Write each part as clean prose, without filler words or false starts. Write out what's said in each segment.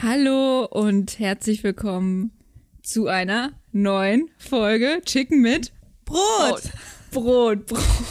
Hallo und herzlich willkommen zu einer neuen Folge Chicken mit Brot. Brot.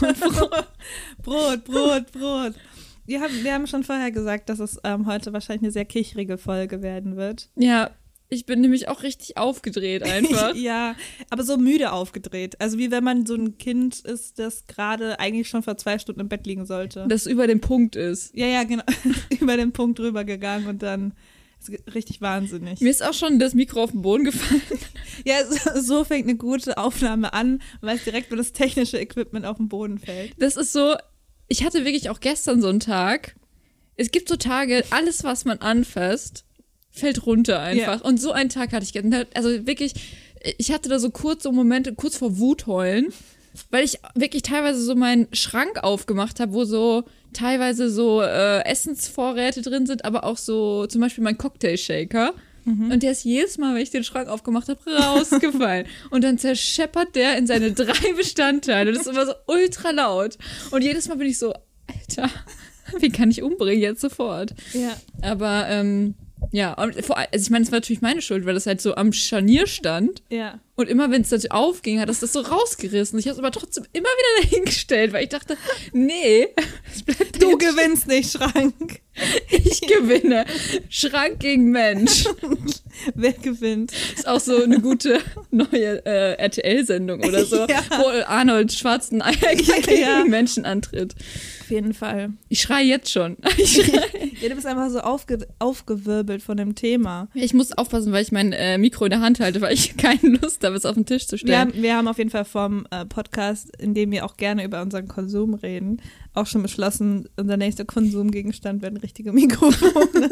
Brot. Wir haben schon vorher gesagt, dass es heute wahrscheinlich eine sehr kichrige Folge werden wird. Ja, ich bin nämlich auch richtig aufgedreht einfach. Ja, aber so müde aufgedreht. Also wie wenn man so ein Kind ist, das gerade eigentlich schon vor 2 Stunden im Bett liegen sollte. Das über dem Punkt ist. Ja, genau. Über den Punkt drüber gegangen und dann ist richtig wahnsinnig. Mir ist auch schon das Mikro auf den Boden gefallen. Ja, so fängt eine gute Aufnahme an, weil es direkt, wenn das technische Equipment auf den Boden fällt. Das ist so, ich hatte wirklich auch gestern so einen Tag. Es gibt so Tage, alles, was man anfasst, fällt runter einfach. Ja. Und so einen Tag hatte ich gestern. Also wirklich, ich hatte da so kurze Momente, kurz vor Wutheulen, weil ich wirklich teilweise so meinen Schrank aufgemacht habe, wo so teilweise so Essensvorräte drin sind, aber auch so zum Beispiel mein Cocktail-Shaker. Und der ist jedes Mal, wenn ich den Schrank aufgemacht habe, rausgefallen. Und dann zerscheppert der in seine 3 Bestandteile. Das ist immer so ultra laut. Und jedes Mal bin ich so, Alter, wie kann ich umbringen jetzt sofort? Ja. Aber, ja, also ich meine, es war natürlich meine Schuld, weil das halt so am Scharnier stand. Ja. Und immer wenn es natürlich aufging, hat das so rausgerissen. Ich habe es aber trotzdem immer wieder dahingestellt, weil ich dachte, nee, du gewinnst nicht, Schrank. Ich gewinne. Schrank gegen Mensch. Wer gewinnt? Ist auch so eine gute neue RTL-Sendung oder so, ja. Wo Arnold Schwarzenegger gegen Menschen antritt. Auf jeden Fall. Ich schreie jetzt schon. Ja, du bist einfach so aufgewirbelt von dem Thema. Ich muss aufpassen, weil ich mein Mikro in der Hand halte, weil ich keine Lust habe, es auf den Tisch zu stellen. Wir haben auf jeden Fall vom Podcast, in dem wir auch gerne über unseren Konsum reden, auch schon beschlossen, unser nächster Konsumgegenstand werden richtige Mikrofone,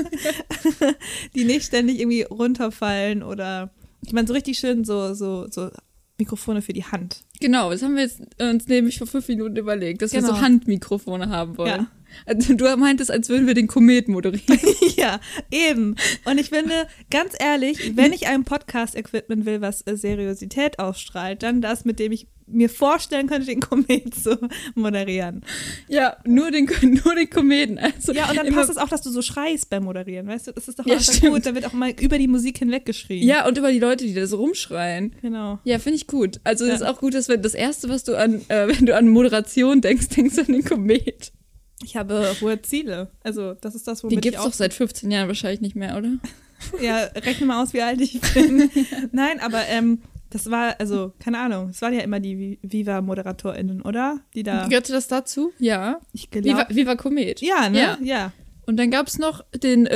die nicht ständig irgendwie runterfallen oder, ich meine, so richtig schön so Mikrofone für die Hand. Genau, das haben wir uns nämlich vor 5 Minuten überlegt, dass wir so Handmikrofone haben wollen. Ja. Also du meintest, als würden wir den Komet moderieren. Ja, eben. Und ich finde, ganz ehrlich, wenn ich ein Podcast-Equipment will, was Seriosität ausstrahlt, dann das, mit dem ich mir vorstellen könnte, den Komet zu moderieren. Ja, nur den Kometen. Also ja, und dann passt es auch, dass du so schreist beim Moderieren, weißt du? Das ist doch auch gut, da wird auch mal über die Musik hinweg geschrien. Ja, und über die Leute, die da so rumschreien. Genau. Ja, finde ich gut. Also das ist auch gut, dass das Erste, was du wenn du an Moderation denkst du an den Komet. Ich habe hohe Ziele. Also das ist das, womit die gibt's doch seit 15 Jahren wahrscheinlich nicht mehr, oder? Ja, rechne mal aus, wie alt ich bin. Nein, aber das war, also, keine Ahnung, es waren ja immer die Viva-ModeratorInnen, oder? Die da. Gehörte das dazu? Ja. Ich glaube. Viva Komet. Ja, ne? Ja. Und dann gab's noch den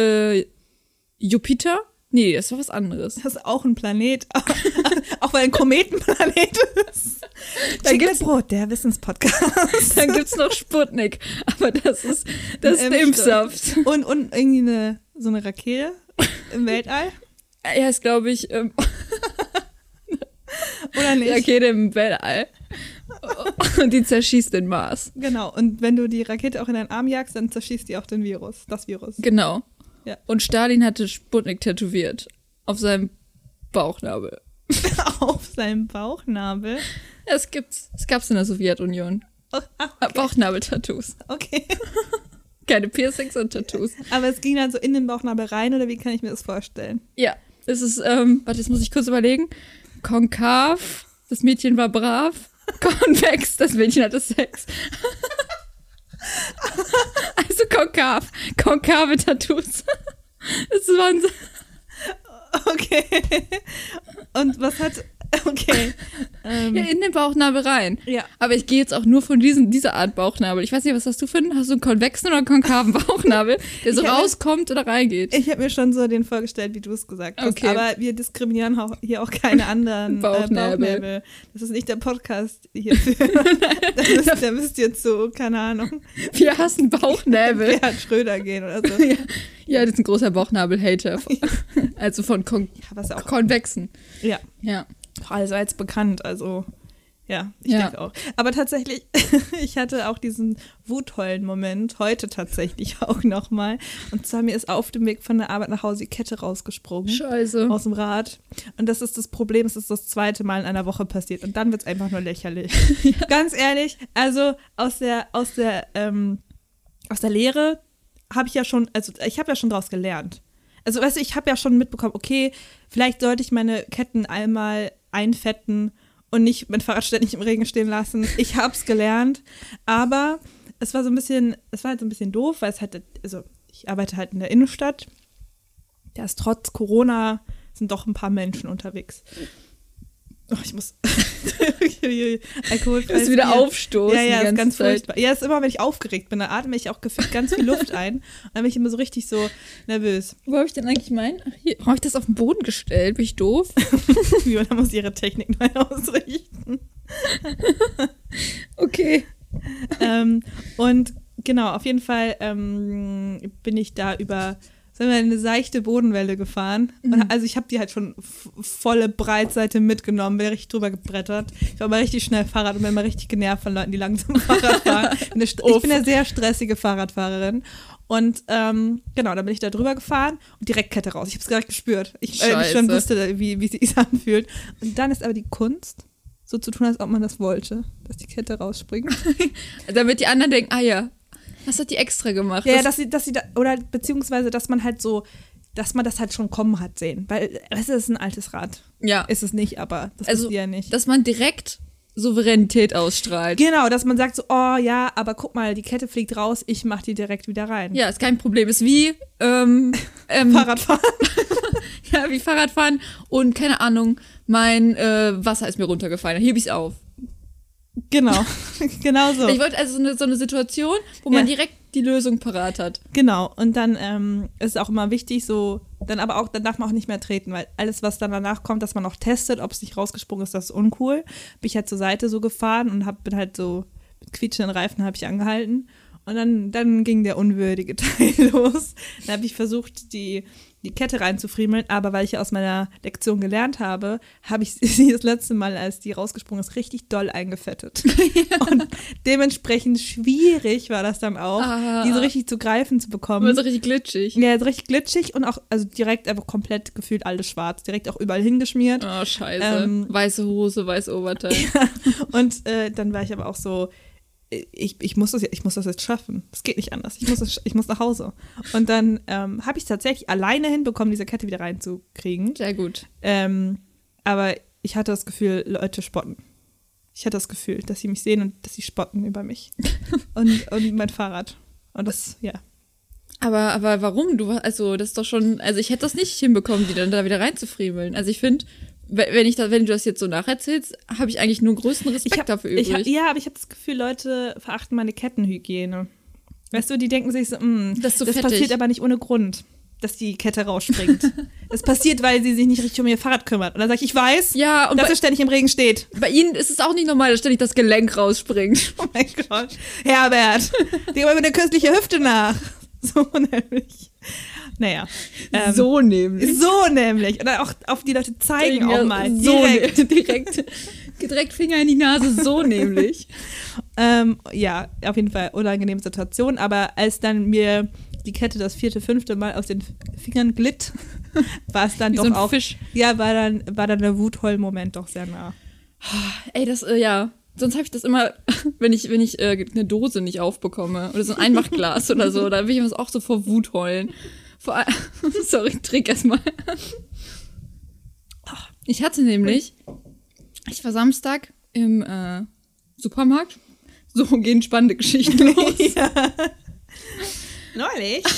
Jupiter. Nee, das war was anderes. Das ist auch ein Planet. Auch weil ein Kometenplanet ist. Dann gibt's Brot, der Wissenspodcast. Dann gibt's noch Sputnik. Aber das ist der Impfsaft. Und irgendwie so eine Rakete im Weltall. Ja, ist glaube ich oder nicht? Rakete im Weltall. Und die zerschießt den Mars. Genau. Und wenn du die Rakete auch in deinen Arm jagst, dann zerschießt die auch das Virus. Genau. Ja. Und Stalin hatte Sputnik tätowiert. Auf seinem Bauchnabel. Auf seinem Bauchnabel? Ja, es gab's in der Sowjetunion. Okay. Bauchnabel-Tattoos. Okay. Keine Piercings und Tattoos. Aber es ging dann so in den Bauchnabel rein, oder wie kann ich mir das vorstellen? Ja, es ist, warte, jetzt muss ich kurz überlegen. Konkav, das Mädchen war brav. Konvex, das Mädchen hatte Sex. Also konkave Tattoos. Das waren so. Okay. Und was hat. Okay. Ja, in den Bauchnabel rein. Ja. Aber ich gehe jetzt auch nur von dieser Art Bauchnabel. Ich weiß nicht, was hast du für einen? Hast du einen konvexen oder einen konkaven Bauchnabel, der so rauskommt oder reingeht? Ich habe mir schon so den vorgestellt, wie du es gesagt hast. Okay. Aber wir diskriminieren hier auch keine anderen Bauchnabel. Das ist nicht der Podcast hierfür. Da müsst ihr jetzt so, keine Ahnung. Wir hassen Bauchnäbel. Gerhard Schröder gehen oder so. Ja, das ist ein großer Bauchnabel-Hater. Also von konvexen. Ja. Ja. Allseits bekannt, also ja, ich denke auch. Aber tatsächlich, ich hatte auch diesen Wutheulen-Moment, heute tatsächlich auch nochmal. Und zwar mir ist auf dem Weg von der Arbeit nach Hause die Kette rausgesprungen. Scheiße. Aus dem Rad. Und das ist das Problem, es ist das 2. Mal in einer Woche passiert. Und dann wird es einfach nur lächerlich. Ja. Ganz ehrlich, also aus der Lehre habe ich ja schon, also ich habe ja schon draus gelernt. Also, weißt du, ich habe ja schon mitbekommen, okay, vielleicht sollte ich meine Ketten einmal einfetten und nicht mein Fahrrad ständig im Regen stehen lassen. Ich hab's gelernt, aber es war halt so ein bisschen doof, weil es halt, also ich arbeite halt in der Innenstadt. Da ist trotz Corona sind doch ein paar Menschen unterwegs. Oh, ich muss Alkohol. Du musst wieder aufstoßen. Ja, die ist ganz Zeit. furchtbar. Ja, ist immer, wenn ich aufgeregt bin, dann atme ich auch gefühlt ganz viel Luft ein. Und dann bin ich immer so richtig so nervös. Wo habe ich denn eigentlich meinen? Ach, hier. Habe ich das auf den Boden gestellt? Bin ich doof? Viola muss ihre Technik neu ausrichten. Okay. Und genau, auf jeden Fall bin ich da über eine seichte Bodenwelle gefahren. Und also ich habe die halt schon volle Breitseite mitgenommen, bin richtig drüber gebrettert. Ich war mal richtig schnell Fahrrad und bin immer richtig genervt von Leuten, die langsam Fahrrad fahren. Ich bin eine sehr stressige Fahrradfahrerin. Und genau, dann bin ich da drüber gefahren und direkt Kette raus. Ich habe es direkt gespürt. Ich schon wusste, wie sie sich anfühlt. Und dann ist aber die Kunst, so zu tun, als ob man das wollte, dass die Kette rausspringt. Damit die anderen denken, ah ja, das hat die extra gemacht. Ja, dass sie da, oder beziehungsweise, dass man halt so, dass man das halt schon kommen hat sehen. Weil, das ist ein altes Rad. Ja. Ist es nicht, aber das ist ja nicht. Dass man direkt Souveränität ausstrahlt. Genau, dass man sagt so, oh ja, aber guck mal, die Kette fliegt raus, ich mach die direkt wieder rein. Ja, ist kein Problem. Ist wie Fahrradfahren. Ja, wie Fahrradfahren und keine Ahnung, mein Wasser ist mir runtergefallen, dann heb ich's auf. Genau, genau so. Ich wollte also so eine Situation, wo man direkt die Lösung parat hat. Genau, und dann ist es auch immer wichtig, so, dann darf man auch nicht mehr treten, weil alles, was dann danach kommt, dass man auch testet, ob es nicht rausgesprungen ist, das ist uncool. Bin ich halt zur Seite so gefahren und bin halt so mit quietschenden Reifen habe ich angehalten. Und dann ging der unwürdige Teil los. Dann habe ich versucht, die Kette reinzufriemeln, aber weil ich aus meiner Lektion gelernt habe, habe ich sie das letzte Mal, als die rausgesprungen ist, richtig doll eingefettet. Ja. Und dementsprechend schwierig war das dann auch, die so richtig zu greifen zu bekommen. War so richtig glitschig. Ja, so richtig glitschig und auch also direkt einfach komplett gefühlt alles schwarz, direkt auch überall hingeschmiert. Oh, scheiße. Weiße Hose, weiß Oberteil. Ja. Und dann war ich aber auch so, ich muss das jetzt schaffen. Das geht nicht anders. Ich muss nach Hause. Und dann habe ich es tatsächlich alleine hinbekommen, diese Kette wieder reinzukriegen. Sehr gut. Aber ich hatte das Gefühl, Leute spotten. Ich hatte das Gefühl, dass sie mich sehen und dass sie spotten über mich. und mein Fahrrad. Und das, ja. Aber warum? Das ist doch schon, also ich hätte das nicht hinbekommen, die dann da wieder reinzufriemeln. Also ich finde, wenn du das jetzt so nacherzählst, habe ich eigentlich nur größten Respekt dafür übrig. Aber ich habe das Gefühl, Leute verachten meine Kettenhygiene. Weißt du, die denken sich so, das passiert aber nicht ohne Grund, dass die Kette rausspringt. Das passiert, weil sie sich nicht richtig um ihr Fahrrad kümmert. Und dann sage ich weiß, ja, dass es ständig im Regen steht. Bei ihnen ist es auch nicht normal, dass ständig das Gelenk rausspringt. Oh mein Gott. Herbert, denk mal über eine künstliche Hüfte nach. So nämlich. Naja. So nämlich. Und dann auch auf die Leute zeigen auch mal. Direkt Finger in die Nase, so nämlich. Ja, auf jeden Fall unangenehme Situation. Aber als dann mir die Kette das 4., 5. Mal aus den Fingern glitt, war es dann wie doch so ein auch. Fisch. Ja, war dann der Wutheul-Moment doch sehr nah. Ey, ja. Sonst habe ich das immer, wenn ich eine Dose nicht aufbekomme oder so ein Einmachglas oder so, da will ich auch so vor Wut heulen. Sorry, trink erstmal. Ich hatte nämlich, ich war Samstag im Supermarkt. So gehen spannende Geschichten los. Ja. Neulich.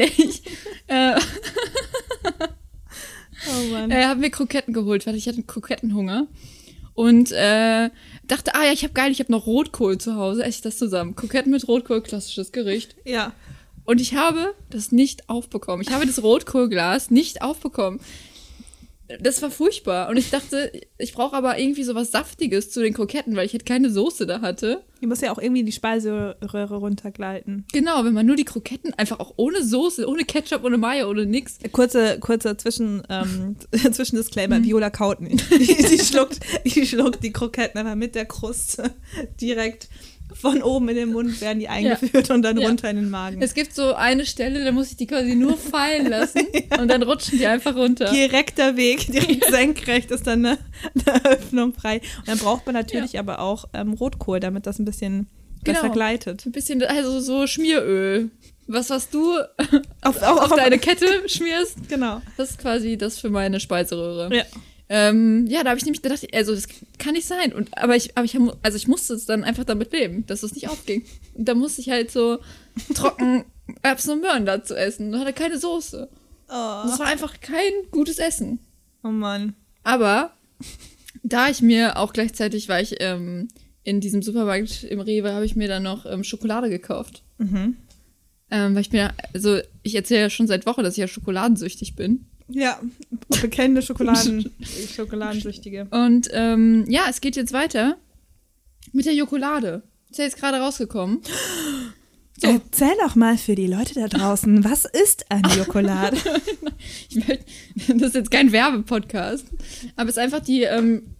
Oh Mann. Haben wir Kroketten geholt, weil ich hatte Krokettenhunger. Und dachte, ich habe noch Rotkohl zu Hause, esse ich das zusammen. Kroketten mit Rotkohl, klassisches Gericht. Ja. Und ich habe das nicht aufbekommen. Ich habe das Rotkohlglas nicht aufbekommen. Das war furchtbar. Und ich dachte, ich brauche aber irgendwie so was Saftiges zu den Kroketten, weil ich halt keine Soße da hatte. Die muss ja auch irgendwie die Speiseröhre runtergleiten. Genau, wenn man nur die Kroketten einfach auch ohne Soße, ohne Ketchup, ohne Mayo, ohne nix. Kurzer Zwischendisclaimer, Viola kaut nicht. Die schluckt die Kroketten einfach mit der Kruste direkt von oben in den Mund werden die eingeführt und dann runter in den Magen. Es gibt so eine Stelle, da muss ich die quasi nur fallen lassen und dann rutschen die einfach runter. Direkter Weg, direkt senkrecht ist dann eine Öffnung frei. Und dann braucht man natürlich aber auch Rotkohl, damit das ein bisschen besser gleitet. Ein bisschen, also so Schmieröl. Was du auf deine Kette schmierst, Genau. das ist quasi das für meine Speiseröhre. Ja. Ja, da habe ich nämlich gedacht, also das kann nicht sein. Aber ich musste es dann einfach damit leben, dass es nicht aufging. Und da musste ich halt so trocken Erbsen und Möhren dazu essen. Und hatte keine Soße. Oh. Das war einfach kein gutes Essen. Oh Mann. Aber da ich mir auch gleichzeitig, war ich in diesem Supermarkt im Rewe, habe ich mir dann noch Schokolade gekauft. Mhm. Weil ich erzähle ja schon seit Wochen, dass ich ja schokoladensüchtig bin. Ja, bekennende Schokoladensüchtige. Und ja, es geht jetzt weiter mit der Jokolade. Ist ja jetzt gerade rausgekommen. So. Erzähl doch mal für die Leute da draußen, was ist eine Jokolade? Das ist jetzt kein Werbepodcast, aber es ist einfach die,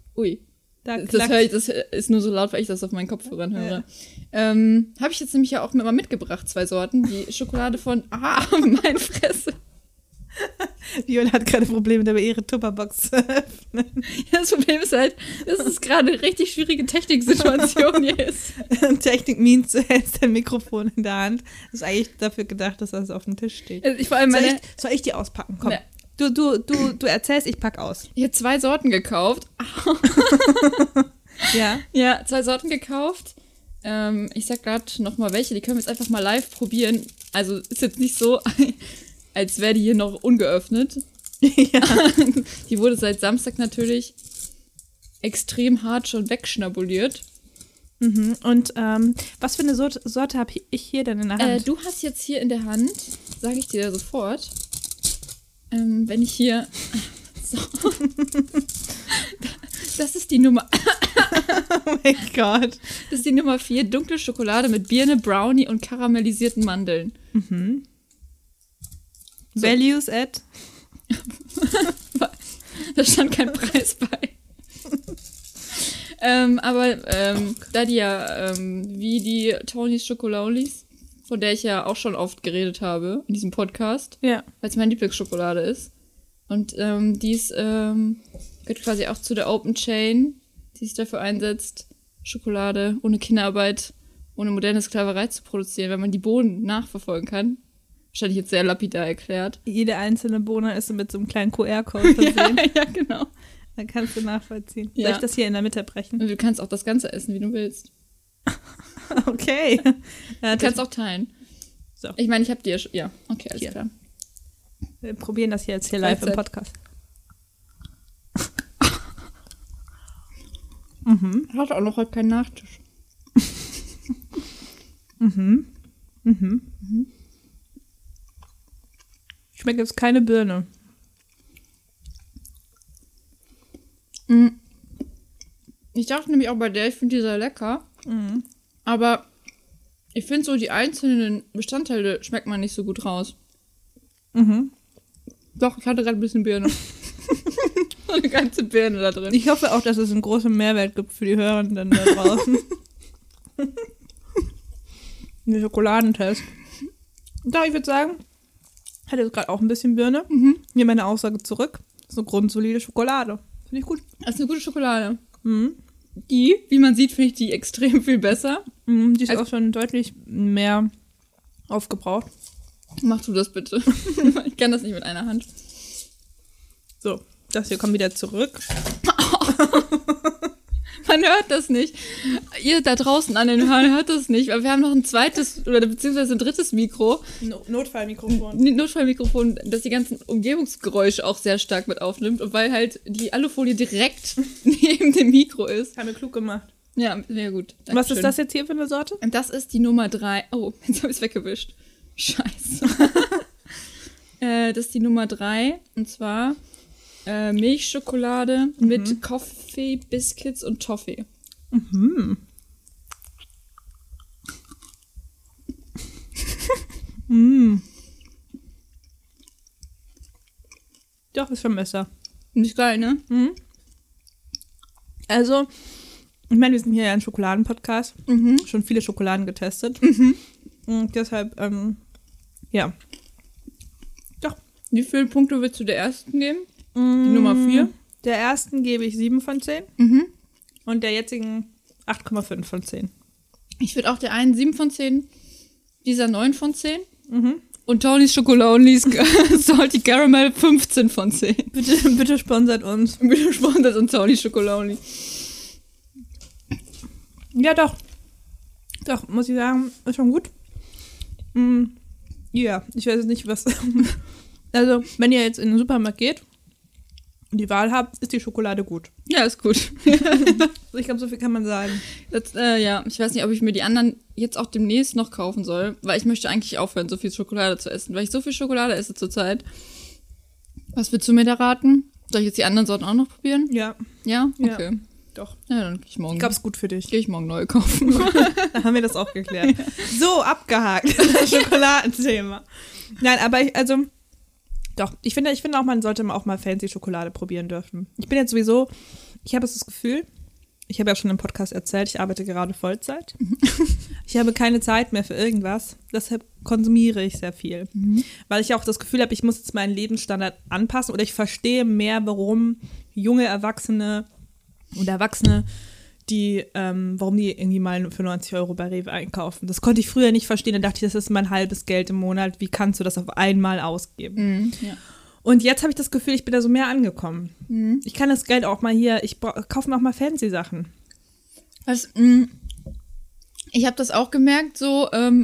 das ist nur so laut, weil ich das auf meinen Kopfhörern höre. Ja. Habe ich jetzt nämlich ja auch mal mitgebracht, 2 Sorten. Die Schokolade von, meine Fresse. Viola hat gerade Probleme dabei, ihre Tupperbox zu öffnen. Ja, das Problem ist halt, dass es gerade eine richtig schwierige Techniksituation hier ist. Technik-Means, du hältst dein Mikrofon in der Hand. Das ist eigentlich dafür gedacht, dass das auf dem Tisch steht. Also soll ich die auspacken? Komm. Ne. Du erzählst, ich pack aus. Ich habe 2 Sorten gekauft. Ja? Ja, 2 Sorten gekauft. Ich sag gerade nochmal welche, die können wir jetzt einfach mal live probieren. Also ist jetzt nicht so, als wäre die hier noch ungeöffnet. Ja. Die wurde seit Samstag natürlich extrem hart schon wegschnabuliert. Mhm. Und was für eine Sorte habe ich hier denn in der Hand? Du hast jetzt hier in der Hand, sage ich dir sofort, wenn ich hier... So. Das ist die Nummer... Oh mein Gott. Das ist die Nummer 4, dunkle Schokolade mit Birne, Brownie und karamellisierten Mandeln. Mhm. So. Values at? Da stand kein Preis bei. Aber da die ja wie die Tonys Schokololis, von der ich ja auch schon oft geredet habe in diesem Podcast, ja, weil es meine Lieblingsschokolade ist. Und dies gehört quasi auch zu der Open Chain, die sich dafür einsetzt, Schokolade ohne Kinderarbeit, ohne moderne Sklaverei zu produzieren, wenn man die Bohnen nachverfolgen kann. Wahrscheinlich jetzt sehr lapidar erklärt. Jede einzelne Bohne ist mit so einem kleinen QR-Code versehen. Ja, genau. Dann kannst du nachvollziehen. Ja. Soll ich das hier in der Mitte brechen? Und du kannst auch das Ganze essen, wie du willst. Okay. Ja, du kannst auch teilen. So. Ich meine, ich habe dir... Ja, okay, alles hier. klar. Wir probieren das hier jetzt hier live im Podcast. Ich hatte auch noch heute keinen Nachtisch. Schmeckt jetzt keine Birne. Ich dachte nämlich auch bei der, ich finde die sehr lecker. Mhm. Aber ich finde so, die einzelnen Bestandteile schmeckt man nicht so gut raus. Mhm. Doch, ich hatte gerade ein bisschen Birne. So eine ganze Birne da drin. Ich hoffe auch, dass es einen großen Mehrwert gibt für die Hörenden da draußen. Der Schokoladentest. Doch, ich würde sagen, ich hatte jetzt gerade auch ein bisschen Birne. Hier meine Aussage zurück. Das ist eine grundsolide Schokolade. Finde ich gut. Das ist eine gute Schokolade. Mhm. Die, wie man sieht, finde ich die extrem viel besser. Mhm, die ist auch schon deutlich mehr aufgebraucht. Mach du das bitte. Ich kann das nicht mit einer Hand. So, das hier kommt wieder zurück. Man hört das nicht. Ihr da draußen an den Hörern hört das nicht, weil wir haben noch ein zweites oder beziehungsweise ein drittes Mikro. Notfallmikrofon, das die ganzen Umgebungsgeräusche auch sehr stark mit aufnimmt und weil halt die Alufolie direkt neben dem Mikro ist. Haben wir klug gemacht. Ja, sehr gut. Dankeschön. Was ist das jetzt hier für eine Sorte? Und das ist die Nummer 3. Oh, jetzt habe ich es weggewischt. Scheiße. Das ist die Nummer 3 und zwar Milchschokolade mit Coffee, Biscuits und Toffee. Mhm. Mm. Doch, ist schon besser. Nicht geil, ne? Mhm. Also, ich meine, wir sind hier ja ein Schokoladen-Podcast. Schon viele Schokoladen getestet. Und deshalb, ja. Doch. Wie viele Punkte willst du der ersten geben? Die Nummer 4? Der ersten gebe ich 7 von 10. Und der jetzigen 8,5 von 10. Ich würde auch der einen 7 von 10, dieser 9 von 10. Und Tony's Schokoladenlis Salty Caramel 15 von 10. Bitte sponsert uns. Bitte sponsert uns Tony's Schokoladenlis. Ja, doch. Doch, muss ich sagen, ist schon gut. Ja, ich weiß jetzt nicht, was. Also, wenn ihr jetzt in den Supermarkt geht und die Wahl habt, ist die Schokolade gut. Ja, ist gut. Ich glaube, so viel kann man sagen. Das, ja, ich weiß nicht, ob ich mir die anderen jetzt auch demnächst noch kaufen soll, weil ich möchte eigentlich aufhören, so viel Schokolade zu essen, weil ich so viel Schokolade esse zurzeit. Was willst du mir da raten? Soll ich jetzt die anderen Sorten auch noch probieren? Ja. Ja? Ja. Okay. Doch. Ja, dann gehe ich morgen. Ich glaube, es ist gut für dich. Gehe ich morgen neu kaufen. Da haben wir das auch geklärt. So, abgehakt. Das Schokoladenthema. Nein, aber ich finde auch, man sollte auch mal fancy Schokolade probieren dürfen. Ich bin jetzt sowieso, ich habe das Gefühl, ich habe ja schon im Podcast erzählt, ich arbeite gerade Vollzeit. Ich habe keine Zeit mehr für irgendwas, deshalb konsumiere ich sehr viel. Weil ich auch das Gefühl habe, ich muss jetzt meinen Lebensstandard anpassen oder ich verstehe mehr, warum junge Erwachsene, warum die irgendwie mal für 90 € bei Rewe einkaufen. Das konnte ich früher nicht verstehen. Da dachte ich, das ist mein halbes Geld im Monat. Wie kannst du das auf einmal ausgeben? Ja. Und jetzt habe ich das Gefühl, ich bin da so mehr angekommen. Ich kann das Geld auch mal hier, ich kaufe mir auch mal fancy Sachen. Ich habe das auch gemerkt, so,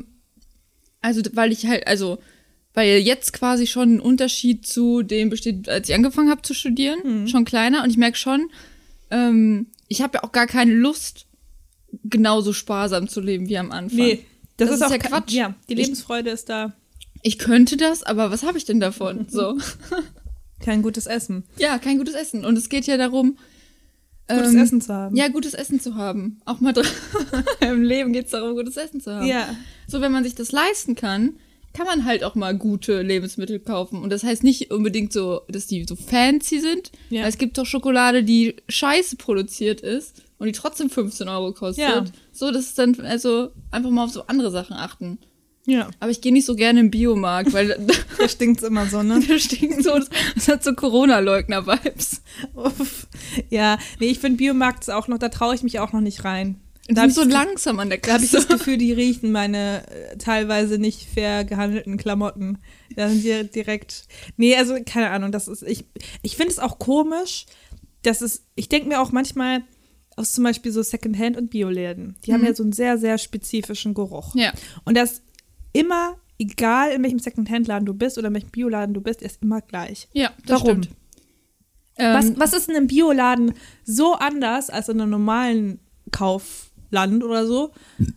weil jetzt quasi schon ein Unterschied zu dem besteht, als ich angefangen habe zu studieren, schon kleiner. Und ich merke schon, ich habe ja auch gar keine Lust, genauso sparsam zu leben wie am Anfang. Nee, das ist auch ja Quatsch. Ja, die Lebensfreude ist da. Ich könnte das, aber was habe ich denn davon? So. Kein gutes Essen. Ja, kein gutes Essen. Und es geht ja darum, gutes Essen zu haben. Ja, gutes Essen zu haben. Auch mal im Leben geht es darum, gutes Essen zu haben. Ja. So, wenn man sich das leisten kann man halt auch mal gute Lebensmittel kaufen. Und das heißt nicht unbedingt so, dass die so fancy sind. Ja. Weil es gibt doch Schokolade, die scheiße produziert ist und die trotzdem 15 € kostet. Ja. So, das ist dann, also einfach mal auf so andere Sachen achten. Ja. Aber ich gehe nicht so gerne im Biomarkt, weil Da stinkt's immer so, ne? da stinkt so, das hat so Corona-Leugner-Vibes. Uff. Ja, nee, ich finde Biomarkt ist auch noch, da traue ich mich auch noch nicht rein. Und Da die hab sind so ich- langsam an der Da habe ich Kasse. das Gefühl, die riechen meine teilweise nicht fair gehandelten Klamotten. Da sind die direkt. Nee, also keine Ahnung, das ist. Ich finde es auch komisch, ich denke mir auch manchmal aus zum Beispiel so Secondhand- und Bioläden. Die haben ja so einen sehr, sehr spezifischen Geruch. Ja. Und das immer, egal in welchem Secondhand-Laden du bist oder in welchem Bioladen du bist, ist immer gleich. Ja, das Warum? stimmt. Was ist in einem Bioladen so anders als in einem normalen Kaufland oder so?